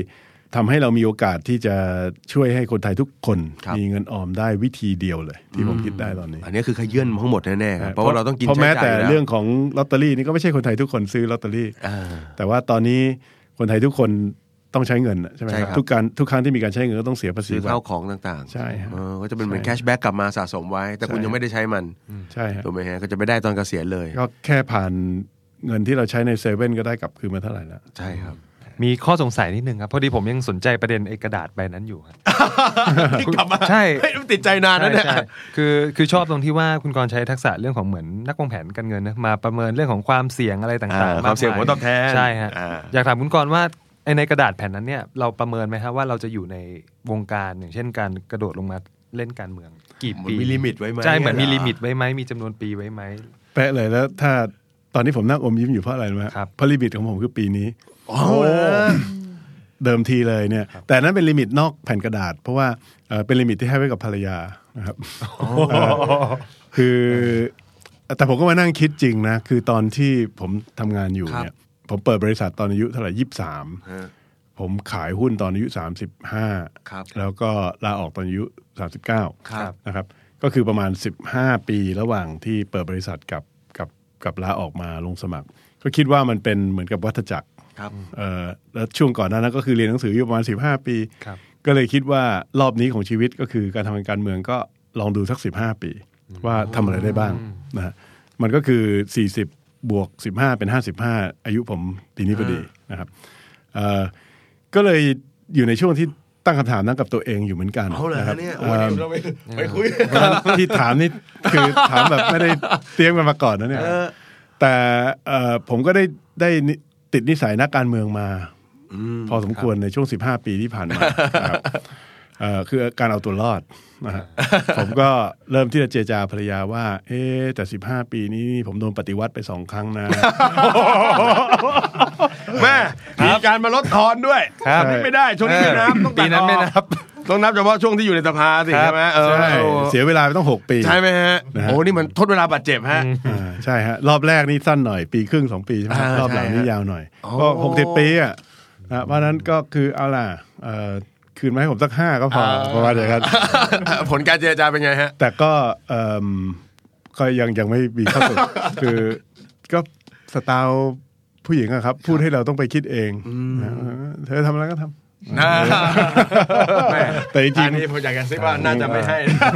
ทำให้เรามีโอกาสที่จะช่วยให้คนไทยทุกคนครับมีเงินออมได้วิธีเดียวเลยที่ผมคิดได้ตอนนี้อันนี้คือขยื่นทั้งหมดแน่ๆครับเพราะว่าเราต้องกินเพราะใช้แม้จ่ายแต่อยู่แล้วเรื่องของลอตเตอรี่นี่ก็ไม่ใช่คนไทยทุกคนซื้อลอตเตอรี่ แต่ว่าตอนนี้คนไทยทุกคนต้องใช้เงินใช่ไหมใช่คครัรับบ ทุกครั้งที่มีการใช้เงินก็ต้องเสียภาษีซื้อข้าวของต่างๆใช่ฮะก็จะเป็นเหมือนแคชแบ็กกลับมาสะสมไว้ แต่คุณยังไม่ได้ใช้มันใช่ฮะถูกไหมฮะก็จะไม่ได้ตอนเกษียณเลยก็แค่ผ่านเงินที่เราใช้ในเซเว่นก็ได้กลับคืนมาเท่าไหร่แล้วใช่ครับมีข้อสงสัยนิดนึงครับพอดีผมยังสนใจประเด็นไอ้กระดาษใบนั้นอยู่ครับที่กลับมาใช่เฮ้ยมันติดใจนานนะเนี่ยใช่คือชอบตรงที่ว่าคุณกรณ์ใช้ทักษะเรื่องของเหมือนนักวางแผนการเงินนะมาประเมินเรื่องของความเสี่ยงอะไรต่างๆความเสี่ยงผลตอบแทนใช่ฮะอ่าอยากถามคุณกรณ์ว่าไอ้ในกระดาษแผ่นนั้นเนี่ยเราประเมินไหมครับว่าเราจะอยู่ในวงการอย่างเช่นการกระโดดลงมาเล่นการเมืองกี่ปีมีลิมิตไว้ไหมใช่เหมือนมีลิมิตไว้ไหมมีจำนวนปีไว้ไหมแปะเลยแล้วถ้าตอนนี้ผมนั่งอมยิ้มอยู่เพราะอะไรรู้ไหมครับเพราะลิมิตของผมคือปีนี้โอ้เดิมทีเลยเนี่ยแต่นั้นเป็นลิมิตนอกแผ่นกระดาษ เพราะว่าเป็นลิมิตที่ให้ไว้กับภรรยานะครับคือแต่ผมก็มานั่งคิดจริงนะคือตอนที่ผมทำงานอยู่เนี่ยผมเปิดบริษัทตอนอายุเท่าไหร่23ผมขายหุ้นตอนอายุ35แล้วก็ลาออกตอนอายุ39นะครับก็คือประมาณ15ปีระหว่างที่เปิดบริษัทกับลาออกมาลงสมัครก็คิดว่ามันเป็นเหมือนกับวัฏจักรแล้วช่วงก่อนหน้านั้นก็คือเรียนหนังสืออยู่ประมาณ15ปีก็เลยคิดว่ารอบนี้ของชีวิตก็คือการทำการเมืองก็ลองดูสัก15ปีว่าทำอะไรได้บ้างนะฮะมันก็คือ40บวก15เป็น55อายุผมปีนี้พอดีนะครับก็เลยอยู่ในช่วงที่ตั้งคำถามนั้นกับตัวเองอยู่เหมือนกันเอาเลยนะครับเนี่ยวันนี้เราไปคุยที่ถามนี่คือถามแบบไม่ได้เตรียมกันมาก่อนนะเนี่ยแต่ผมก็ได้ติดนิสัยนักการเมืองมาพอสมควรในช่วง15ปีที่ผ่านมาครับคือการเอาตัวรอดนะฮะผมก็เริ่มที่จะเจรจาภรรยาว่าแต่15ปีนี้ผมโดนปฏิวัติไป2ครั้งนะแม่มีการมาลดทอนด้วยครับนี่ไม่ได้ช่วงนี้ไม่นับต้องปีนั้นไม่นับต้องนับเฉพาะช่วงที่อยู่ในสภาสิใช่ไหมใช่เสียเวลาไปต้อง6ปีใช่ไหมฮะนะฮะโอ้นี่มันทดเวลาบาดเจ็บฮะใช่ฮะรอบแรกนี่สั้นหน่อยปีครึ่ง2ปีใช่ไหมรอบหลังนี่ยาวหน่อยก็60ปีอ่ะนะเพราะนั้นก็คือเอาล่ะคืนมาให้ผมสัก5ก็พอประมาณอย่างนั้นผลการเจรจาเป็นไงฮะแต่ก็ก็ยังไม่มีข้อสรุปคือก็สไตล์ผู้หญิงอะครับ พูดให้เราต้องไปคิดเองนะเธอทำอะไรก็ทำแต่จริงอันนี้ผมอยากจะซิว่าน่าจะไม่ให้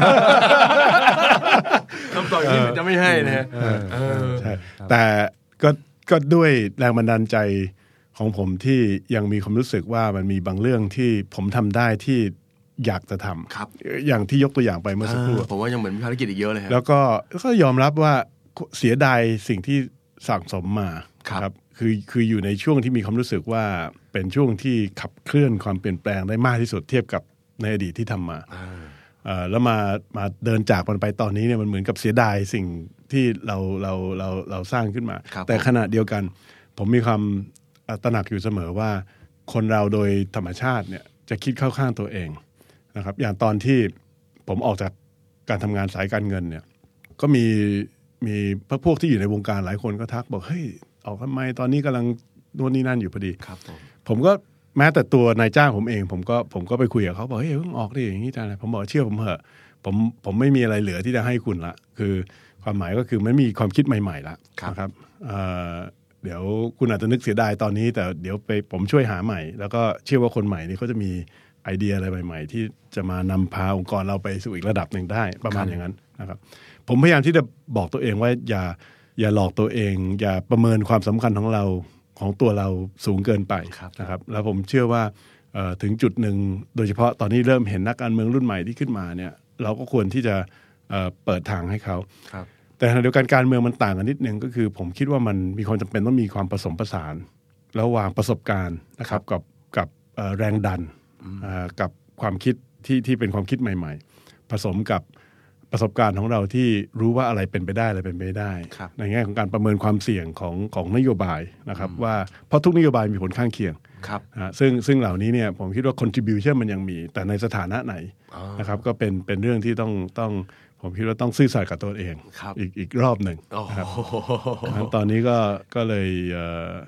คำตอบอย่างนี้มันจะไม่ให้นะฮะใช่แต่ก็ด้วยแรงบันดาลใจของผมที่ยังมีความรู้สึกว่ามันมีบางเรื่องที่ผมทำได้ที่อยากจะทำครับอย่างที่ยกตัวอย่างไปเมื่อสักครู่ผมว่ายังเหมือนมีภารกิจอีกเยอะเลยฮะแล้วก็ยอมรับว่าเสียดายสิ่งที่สั่งสมมาครับคืออยู่ในช่วงที่มีความรู้สึกว่าเป็นช่วงที่ขับเคลื่อนความเปลี่ยนแปลงได้มากที่สุดเทียบกับในอดีตที่ทำมาแล้วมาเดินจากมันไปตอนนี้เนี่ยมันเหมือนกับเสียดายสิ่งที่เราสร้างขึ้นมา แต่ขณะเดียวกันผมมีความตระหนักอยู่เสมอว่าคนเราโดยธรรมชาติเนี่ยจะคิดเข้าข้างตัวเองนะครับอย่างตอนที่ผมออกจากการทำงานสายการเงินเนี่ยก็มีพวกที่อยู่ในวงการหลายคนก็ทักบอกเฮ้ยออกทำไมตอนนี้กำลังโน่นนี่นั่นอยู่พอดีครับผมก็แม้แต่ตัวนายจ้างผมเองผมก็ไปคุยกับเขาบอกเฮ้ยเพิ่งออกได้อย่างนี้จ้าผมบอกเชื่อผมเถอะผมไม่มีอะไรเหลือที่จะให้คุณละคือความหมายก็คือไม่มีความคิดใหม่ๆละนะครับเดี๋ยวคุณอาจจะนึกเสียดายตอนนี้แต่เดี๋ยวผมช่วยหาใหม่แล้วก็เชื่อว่าคนใหม่นี่เขาจะมีไอเดียอะไรใหม่ๆที่จะมานำพาองค์กรเราไปสู่อีกระดับหนึ่งได้ประมาณอย่างนั้นนะครับผมพยายามที่จะบอกตัวเองว่าอย่าหลอกตัวเองอย่าประเมินความสำคัญของตัวเราสูงเกินไปนะครับแล้วผมเชื่อว่าถึงจุดหนึ่งโดยเฉพาะตอนนี้เริ่มเห็นนักการเมืองรุ่นใหม่ที่ขึ้นมาเนี่ยเราก็ควรที่จะเปิดทางให้เขาแต่ขณะเดียวกันการเมืองมันต่างกันนิดนึงก็คือผมคิดว่ามันมีความจำเป็นต้องมีความผสมผสานระหว่างประสบการณ์นะครับกับแรงดันกับความคิดที่เป็นความคิดใหม่ๆผสมกับประสบการณ์ของเราที่รู้ว่าอะไรเป็นไปได้อะไรเป็นไปไม่ได้ในแง่ของการประเมินความเสี่ยงของนโยบายนะครับว่าเพราะทุกนโยบายมีผลข้างเคียงซึ่งเหล่านี้เนี่ยผมคิดว่า contribution มันยังมีแต่ในสถานะไหนนะครับก็เป็นเรื่องที่ต้องผมคิดว่าต้องซื่อสัตย์กับตัวเองอีกรอบหนึ่งนะครับตอนนี้ก็เลย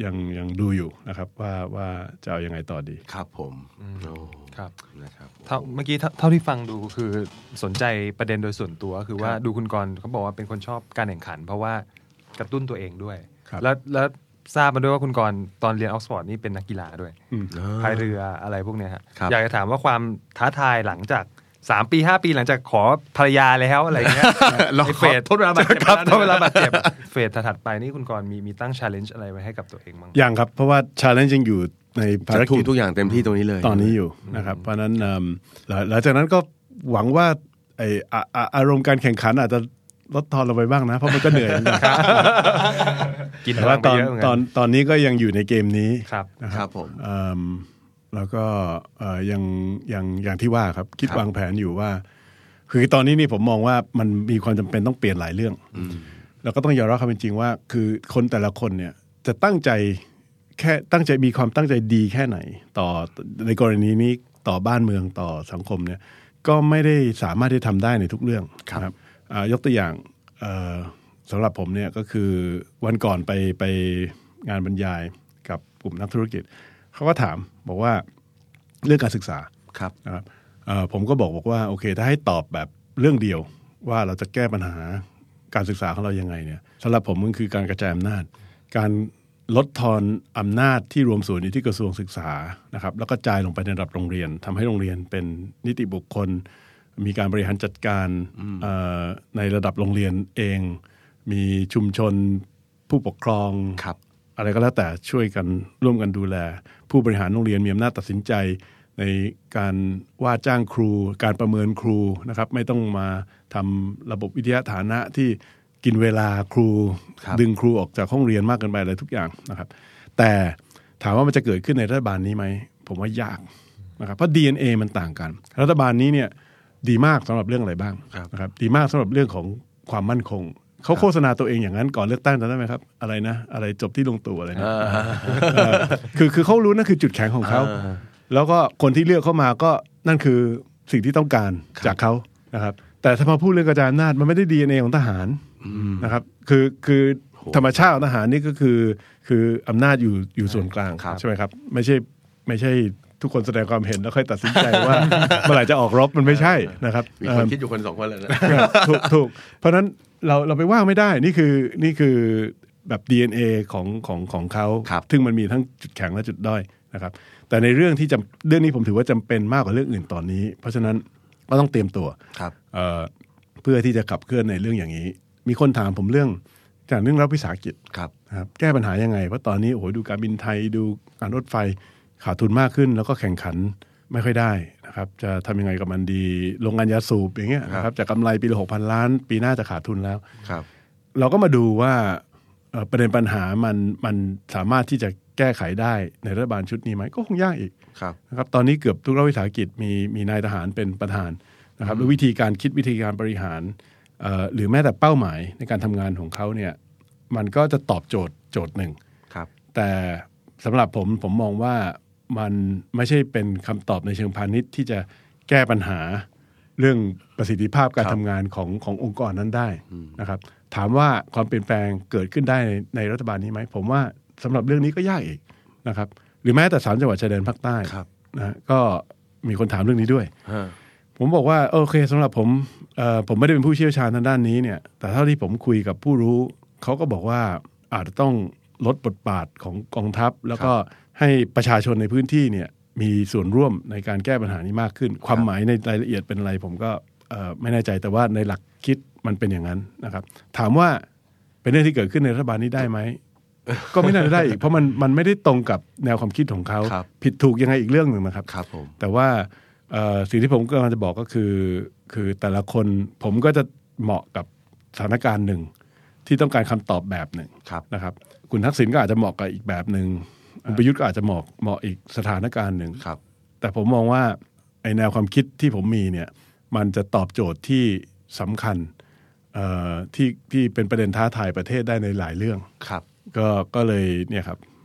ยังดูอยู่นะครับว่าจะเอายังไงต่อดีครับผมครับนะครับเมื่อกี้เท่าที่ฟังดูคือสนใจประเด็นโดยส่วนตัวคือว่าดูคุณกรณ์เขาบอกว่าเป็นคนชอบการแข่งขันเพราะว่ากระตุ้นตัวเองด้วยแล้วทราบมาด้วยว่าคุณกรณ์ตอนเรียนออกซฟอร์ดนี่เป็นนักกีฬาด้วยพายเรืออะไรพวกเนี้ยฮะอยากจะถามว่าความท้าทายหลังจาก3 ปี 5 ปีหลังจากขอภรรยาแล้วอะไรเงี้ยเราเฟสทดเวลาบาดเจ็บครับทดเวลาบาดเจ็บเฟสถัดไปนี่คุณกรณ์มีตั้ง challenge อะไรไว้ให้กับตัวเองบ้างยังครับเพราะว่า challenge ยังอยู่ในภารกิจทุกอย่างเต็มที่ตรงนี้เลยตอนนี้อยู่นะครับเพราะนั้นหลังจากนั้นก็หวังว่าอารมณ์การแข่งขันอาจจะลดทอนลงไปบ้างนะเพราะมันก็เหนื่อยนะครับกินแต่ว่าตอนนี้ก็ยังอยู่ในเกมนี้ครับผมแล้วก็อย่างที่ว่าครับคิดวางแผนอยู่ว่าคือตอนนี้นี่ผมมองว่ามันมีความจำเป็นต้องเปลี่ยนหลายเรื่องแล้วก็ต้องยอมรับความเป็นจริงว่าคือคนแต่ละคนเนี่ยจะตั้งใจมีความตั้งใจดีแค่ไหนต่อในกรณีนี้ต่อบ้านเมืองต่อสังคมเนี่ยก็ไม่ได้สามารถที่ทำได้ในทุกเรื่องครับยกตัวอย่างสำหรับผมเนี่ยก็คือวันก่อนไปงานบรรยายกับกลุ่มนักธุรกิจเขาก็ถามบอกว่าเรื่องการศึกษานะครับผมก็บอกว่าโอเคถ้าให้ตอบแบบเรื่องเดียวว่าเราจะแก้ปัญหาการศึกษาของเรายังไงเนี่ยสำหรับผมมันคือการกระจายอำนาจการลดทอนอำนาจที่รวมศูนย์อยู่ที่กระทรวงศึกษานะครับแล้วก็จ่ายลงไปในระดับโรงเรียนทำให้โรงเรียนเป็นนิติบุคคลมีการบริหารจัดการในระดับโรงเรียนเองมีชุมชนผู้ปกครองอะไรก็แล้วแต่ช่วยกันร่วมกันดูแลผู้บริหารโรงเรียนมีอำนาจตัดสินใจในการว่าจ้างครูการประเมินครูนะครับไม่ต้องมาทำระบบวิทยาฐานะที่กินเวลาครูดึงครูออกจากห้องเรียนมากเกินไปอะไรทุกอย่างนะครับแต่ถามว่ามันจะเกิดขึ้นในรัฐบาลนี้ไหมผมว่ายากนะครับเพราะ DNA มันต่างกันรัฐบาลนี้เนี่ยดีมากสำหรับเรื่องอะไรบ้างนะครับดีมากสำหรับเรื่องของความมั่นคงเขาโฆษณาตัวเองอย่างนั้นก่อนเลือกตั้งจำได้ไหมครับอะไรนะอะไรจบที่ลงตู่อะไรนะคือเขารู้นั่นคือจุดแข็งของเขาแล้วก็คนที่เลือกเข้ามาก็นั่นคือสิ่งที่ต้องการจากเขานะครับแต่ถ้ามาพูดเรื่องกระจายอำนาจมันไม่ได้ DNA ของทหารนะครับคือธรรมชาติของทหารนี่ก็คืออำนาจอยู่ส่วนกลางใช่ไหมครับไม่ใช่ทุกคนแสดงความเห็นแล้วค่อยตัดสินใจว่าเมื่อไหร่จะออกรบมันไม่ใช่นะครับมีคนคิดอยู่คน2คนเลยนะถูกเพราะนั้นเราไปว่างไม่ได้นี่คือแบบ DNA ของเขาซึ่งมันมีทั้งจุดแข็งและจุดด้อยนะครับแต่ในเรื่องนี้ผมถือว่าจำเป็นมากกว่าเรื่องอื่นตอนนี้เพราะฉะนั้นก็ต้องเตรียมตัวเพื่อที่จะขับเคลื่อนในเรื่องอย่างนี้มีคนถามผมเรื่องรัฐวิสาหกิจครับแก้ปัญหายังไงเพราะตอนนี้โอ้โหดูการบินไทยดูการรถไฟขาดทุนมากขึ้นแล้วก็แข่งขันไม่ค่อยได้นะครับจะทำยังไงกับมันดีโรงงานยาสูบอย่างเงี้ยนะครับจากกำไรปีละ 6,000 ล้านปีหน้าจะขาดทุนแล้วเราก็มาดูว่าประเด็นปัญหามันสามารถที่จะแก้ไขได้ในรัฐบาลชุดนี้ไหมก็คงยากอีกนะครับตอนนี้เกือบทุกรัฐวิสาหกิจมีนายทหารเป็นประธานนะครับแล้ววิธีการคิดวิธีการบริหารหรือแม้แต่เป้าหมายในการทำงานของเขาเนี่ยมันก็จะตอบโจทย์หนึ่งแต่สำหรับผมมองว่ามันไม่ใช่เป็นคำตอบในเชิงพาณิชย์ที่จะแก้ปัญหาเรื่องประสิทธิภาพการทำงานขององค์กรนั้นได้นะครับถามว่าความเปลี่ยนแปลงเกิดขึ้นได้ในรัฐบาลนี้ไหมผมว่าสำหรับเรื่องนี้ก็ยากอีกนะครับหรือแม้แต่3 จังหวัดชายแดนภาคใต้นะก็มีคนถามเรื่องนี้ด้วยผมบอกว่าโอเคสำหรับผมไม่ได้เป็นผู้เชี่ยวชาญทางด้านนี้เนี่ยแต่เท่าที่ผมคุยกับผู้รู้เขาก็บอกว่าอาจจะต้องลดบทบาทของกองทัพแล้วก็ให้ประชาชนในพื้นที่เนี่ยมีส่วนร่วมในการแก้ปัญหานี้มากขึ้นความหมายในรายละเอียดเป็นอะไรผมก็ไม่แน่ใจแต่ว่าในหลักคิดมันเป็นอย่างนั้นนะครับถามว่าเป็นเรื่องที่เกิดขึ้นในรัฐบาลนี้ได้ไหม ก็ไม่น่าจะได้อีกเพราะมันไม่ได้ตรงกับแนวความคิดของเขาผิดถูกยังไงอีกเรื่องหนึ่งนะครับแต่ว่าสิ่งที่ผมกำลังจะบอกก็คือแต่ละคนผมก็จะเหมาะกับสถานการณ์หนึ่งที่ต้องการคำตอบแบบหนึ่งนะครับคุณทักษิณก็อาจจะเหมาะกับอีกแบบหนึ่งคุณประยุทธ์ก็อาจจะเหมาะอีกสถานการณ์หนึ่งแต่ผมมองว่าไอแนวความคิดที่ผมมีเนี่ยมันจะตอบโจทย์ที่สำคัญที่เป็นประเด็นท้าทายประเทศได้ในหลายเรื่องก็เลยเนี่ยครับ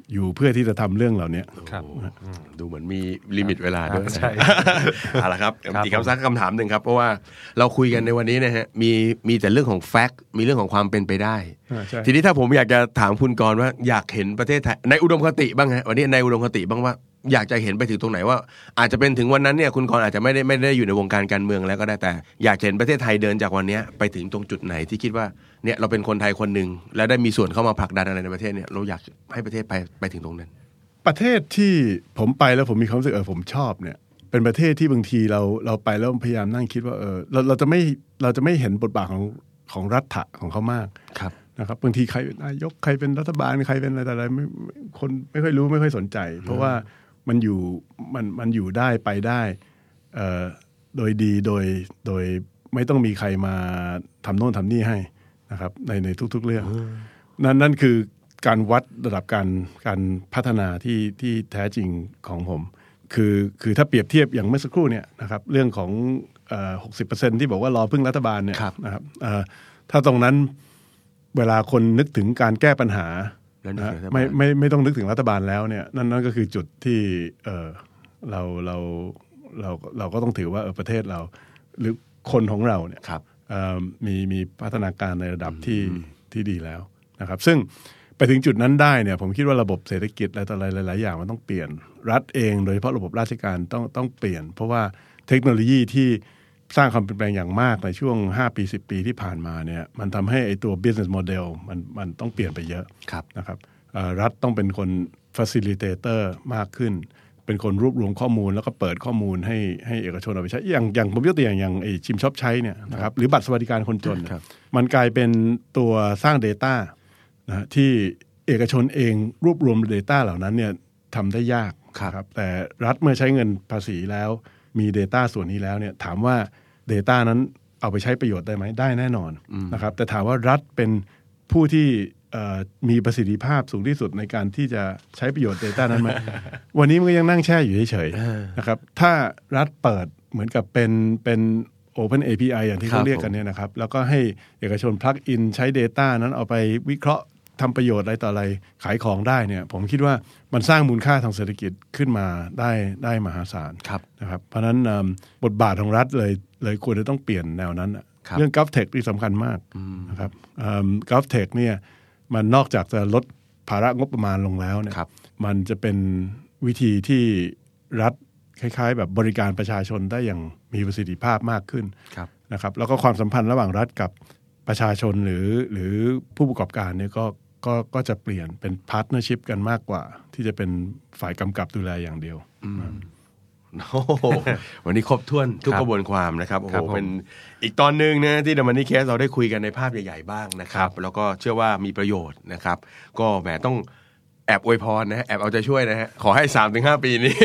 อยู่เพื่อที่จะทำเรื่องเหล่านี้ครับดูเหมือนมีลิมิตเวลาด้วยใช่เอาละครับอีกคำถามหนึ่งครับเพราะว่าเราคุยกันในวันนี้นะฮะมีแต่เรื่องของแฟกต์มีเรื่องของความเป็นไปได้ทีนี้ถ้าผมอยากจะถามคุณกรณ์ว่าอยากเห็นประเทศไทยในอุดมคติบ้างฮะวันนี้ในอุดมคติบ้างว่าอยากจะเห็นไปถึงตรงไหนว่าอาจจะเป็นถึงวันนั้นเนี่ยคุณกรณ์อาจจะไม่ได้อยู่ในวงการการเมืองแล้วก็ได้แต่อยากเห็นประเทศไทยเดินจากวันนี้ไปถึงตรงจุดไหนที่คิดว่าเนี่ยเราเป็นคนไทยคนหนึ่งแล้วได้มีส่วนเข้ามาผลักดันอะไรในประเทศเนี่ยเราอยากให้ประเทศไปถึงตรงนั้นประเทศที่ผมไปแล้วผมมีความรู้สึกผมชอบเนี่ยเป็นประเทศที่บางทีเราไปแล้วพยายามนั่งคิดว่าเราจะไม่เห็นบทบาทของรัฐะของเขามากนะครับบางทีใครเป็นนายกใครเป็นรัฐบาลใครเป็นอะไรคนไม่ค่อยรู้ไม่ค่อยสนใจเพราะว่ามันอยู่ได้ไปได้โดยดีโดยไม่ต้องมีใครมาทำโน่นทำนี่ให้นะครับในทุกๆเรื่องนั่นคือการวัดระดับการพัฒนาที่แท้จริงของผมคือถ้าเปรียบเทียบอย่างเมื่อสักครู่เนี่ยนะครับเรื่องของ60% ที่บอกว่ารอพึ่งรัฐบาลเนี่ยนะครับถ้าตรงนั้นเวลาคนนึกถึงการแก้ปัญหาไม่ต้องนึกถึงรัฐบาลแล้วเนี่ยนั่นก็คือจุดที่เราก็ต้องถือว่าประเทศเราหรือคนของเราเนี่ยมีพัฒนาการในระดับที่ดีแล้วนะครับซึ่งไปถึงจุดนั้นได้เนี่ยผมคิดว่าระบบเศรษฐกิจอะไรต่ออะไรหลายๆอย่างมันต้องเปลี่ยนรัฐเองโดยเฉพาะระบบราชการต้องเปลี่ยนเพราะว่าเทคโนโลยีที่สร้างความเปลี่ยนแปลงอย่างมากในช่วง5 ปี 10 ปีที่ผ่านมาเนี่ยมันทำให้ไอ้ตัว business model มันต้องเปลี่ยนไปเยอะนะครับรัฐต้องเป็นคน facilitator มากขึ้นเป็นคนรวบรวมข้อมูลแล้วก็เปิดข้อมูลให้เอกชนเอาไปใช้อย่างผมยกตัวอย่างไอ้ชิมช็อปใช้เนี่ยนะครับหรือบัตรสวัสดิการคนจนมันกลายเป็นตัวสร้าง data นะที่เอกชนเองรวบรวม data เหล่านั้นเนี่ยทำได้ยากครับแต่รัฐเมื่อใช้เงินภาษีแล้วมี data ส่วนนี้แล้วเนี่ยถามว่า data นั้นเอาไปใช้ประโยชน์ได้ไหมได้แน่นอนนะครับแต่ถามว่ารัฐเป็นผู้ที่มีประสิทธิภาพสูงที่สุดในการที่จะใช้ประโยชน์ data นั้นไหม วันนี้มันก็ยังนั่งแช่อยู่เฉยๆนะครับถ้ารัฐเปิดเหมือนกับเป็น Open API อย่างที่เขาเรียกกันเนี่ยนะครับแล้วก็ให้เอกชน plug in ใช้ data นั้นเอาไปวิเคราะห์ทำประโยชน์อะไรต่ออะไรขายของได้เนี่ยผมคิดว่ามันสร้างมูลค่าทางเศรษฐกิจขึ้นมาได้มหาศาลนะครับเพราะฉะนั้นบทบาทของรัฐเลยควรจะต้องเปลี่ยนแนวนั้นเรื่อง GovTech ที่สำคัญมากนะครับGovTech เนี่ยมันนอกจากจะลดภาระงบประมาณลงแล้วเนี่ยมันจะเป็นวิธีที่รัฐคล้ายๆแบบบริการประชาชนได้อย่างมีประสิทธิภาพมากขึ้นนะครับแล้วก็ความสัมพันธ์ระหว่างรัฐกับประชาชนหรือผู้ประกอบการเนี่ยก็จะเปลี่ยนเป็นพาร์ทเนอร์ชิพกันมากกว่าที่จะเป็นฝ่ายกำกับดูแลอย่างเดียววันนี้ครบถ้วนทุกกระบวนความนะครับโอ้โหเป็นอีกตอนนึงนะที่ The Money Case เราได้คุยกันในภาพใหญ่ๆบ้างนะครับแล้วก็เชื่อว่ามีประโยชน์นะครับก็แหมต้องแอบอวยพรนะแอบเอาใจช่วยนะฮะขอให้ 3-5 ปีนี้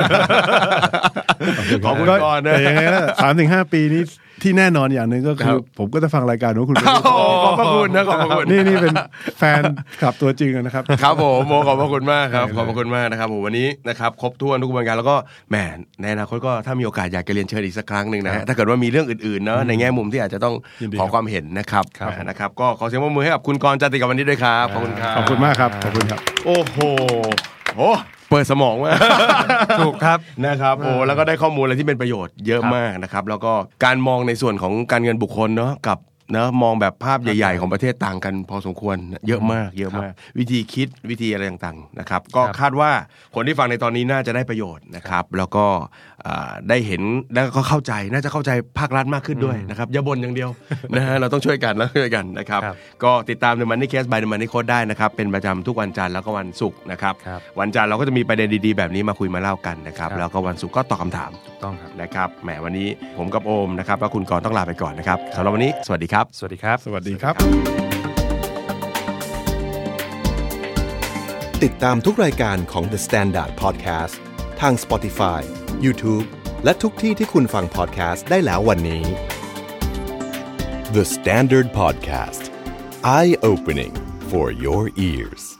ขอบคุณก่อนนะยังไงล่ะ 3-5 ปีนี้ที่แน่นอนอย่างหนึ่งก็คือผมก็จะฟังรายการของคุณขอบพระคุณนะขอบพระคุณนี่เป็นแฟนคลับตัวจริงนะครับครับผมขอบพระคุณมากครับขอบพระคุณมากนะครับวันนี้นะครับครบถ้วนทุกกระบวนการแล้วก็แหมในอนาคตก็ถ้ามีโอกาสอยากจะเรียนเชิญอีกสักครั้งนึงนะฮะถ้าเกิดว่ามีเรื่องอื่นๆเนาะในแง่มุมที่อาจจะต้องขอความเห็นนะครับก็ขอเสียงปรบมือให้กับคุณกรณ์ จติกวันนี้ด้วยครับขอบคุณครับขอบคุณมากครับขอบคุณครับโอ้โหเปิดสมองมากถูกครับนะครับโอ้แล้วก็ได้ข้อมูลอะไรที่เป็นประโยชน์เยอะมากนะครับแล้วก็การมองในส่วนของการเงินบุคคลเนาะกับนะมองแบบภาพใหญ่ๆของประเทศต่างกันพอสมควรเยอะมากวิธีคิดวิธีอะไรต่างๆนะครับก็คาดว่าคนที่ฟังในตอนนี้น่าจะได้ประโยชน์นะครับแล้วก็ได้เห็นแล้วก็เข้าใจน่าจะเข้าใจภาครัฐมากขึ้นด้วยนะครับอย่าบ่นอย่างเดียวนะฮะเราต้องช่วยกันแล้วช่วยกันนะครับก็ติดตาม The Money Case by The Money Coach ได้นะครับเป็นประจำทุกวันจันทร์แล้วก็วันศุกร์นะครับวันจันทร์เราก็จะมีประเด็นดีๆแบบนี้มาคุยมาเล่ากันนะครับแล้วก็วันศุกร์ก็ตอบคำถามถูกต้องครับนะครับแหมวันนี้ผมกับโอมนะครับและคุณกรณ์ต้องลาไปก่อนนะครับสำหรับวันนี้สวัสดีครับสวัสดีครับสวัสดีครับติดตามทุกรายการของ The Standard Podcast ทาง Spotify, YouTube และทุกที่ที่คุณฟัง podcast ได้แล้ววันนี้ The Standard Podcast Eye Opening for your ears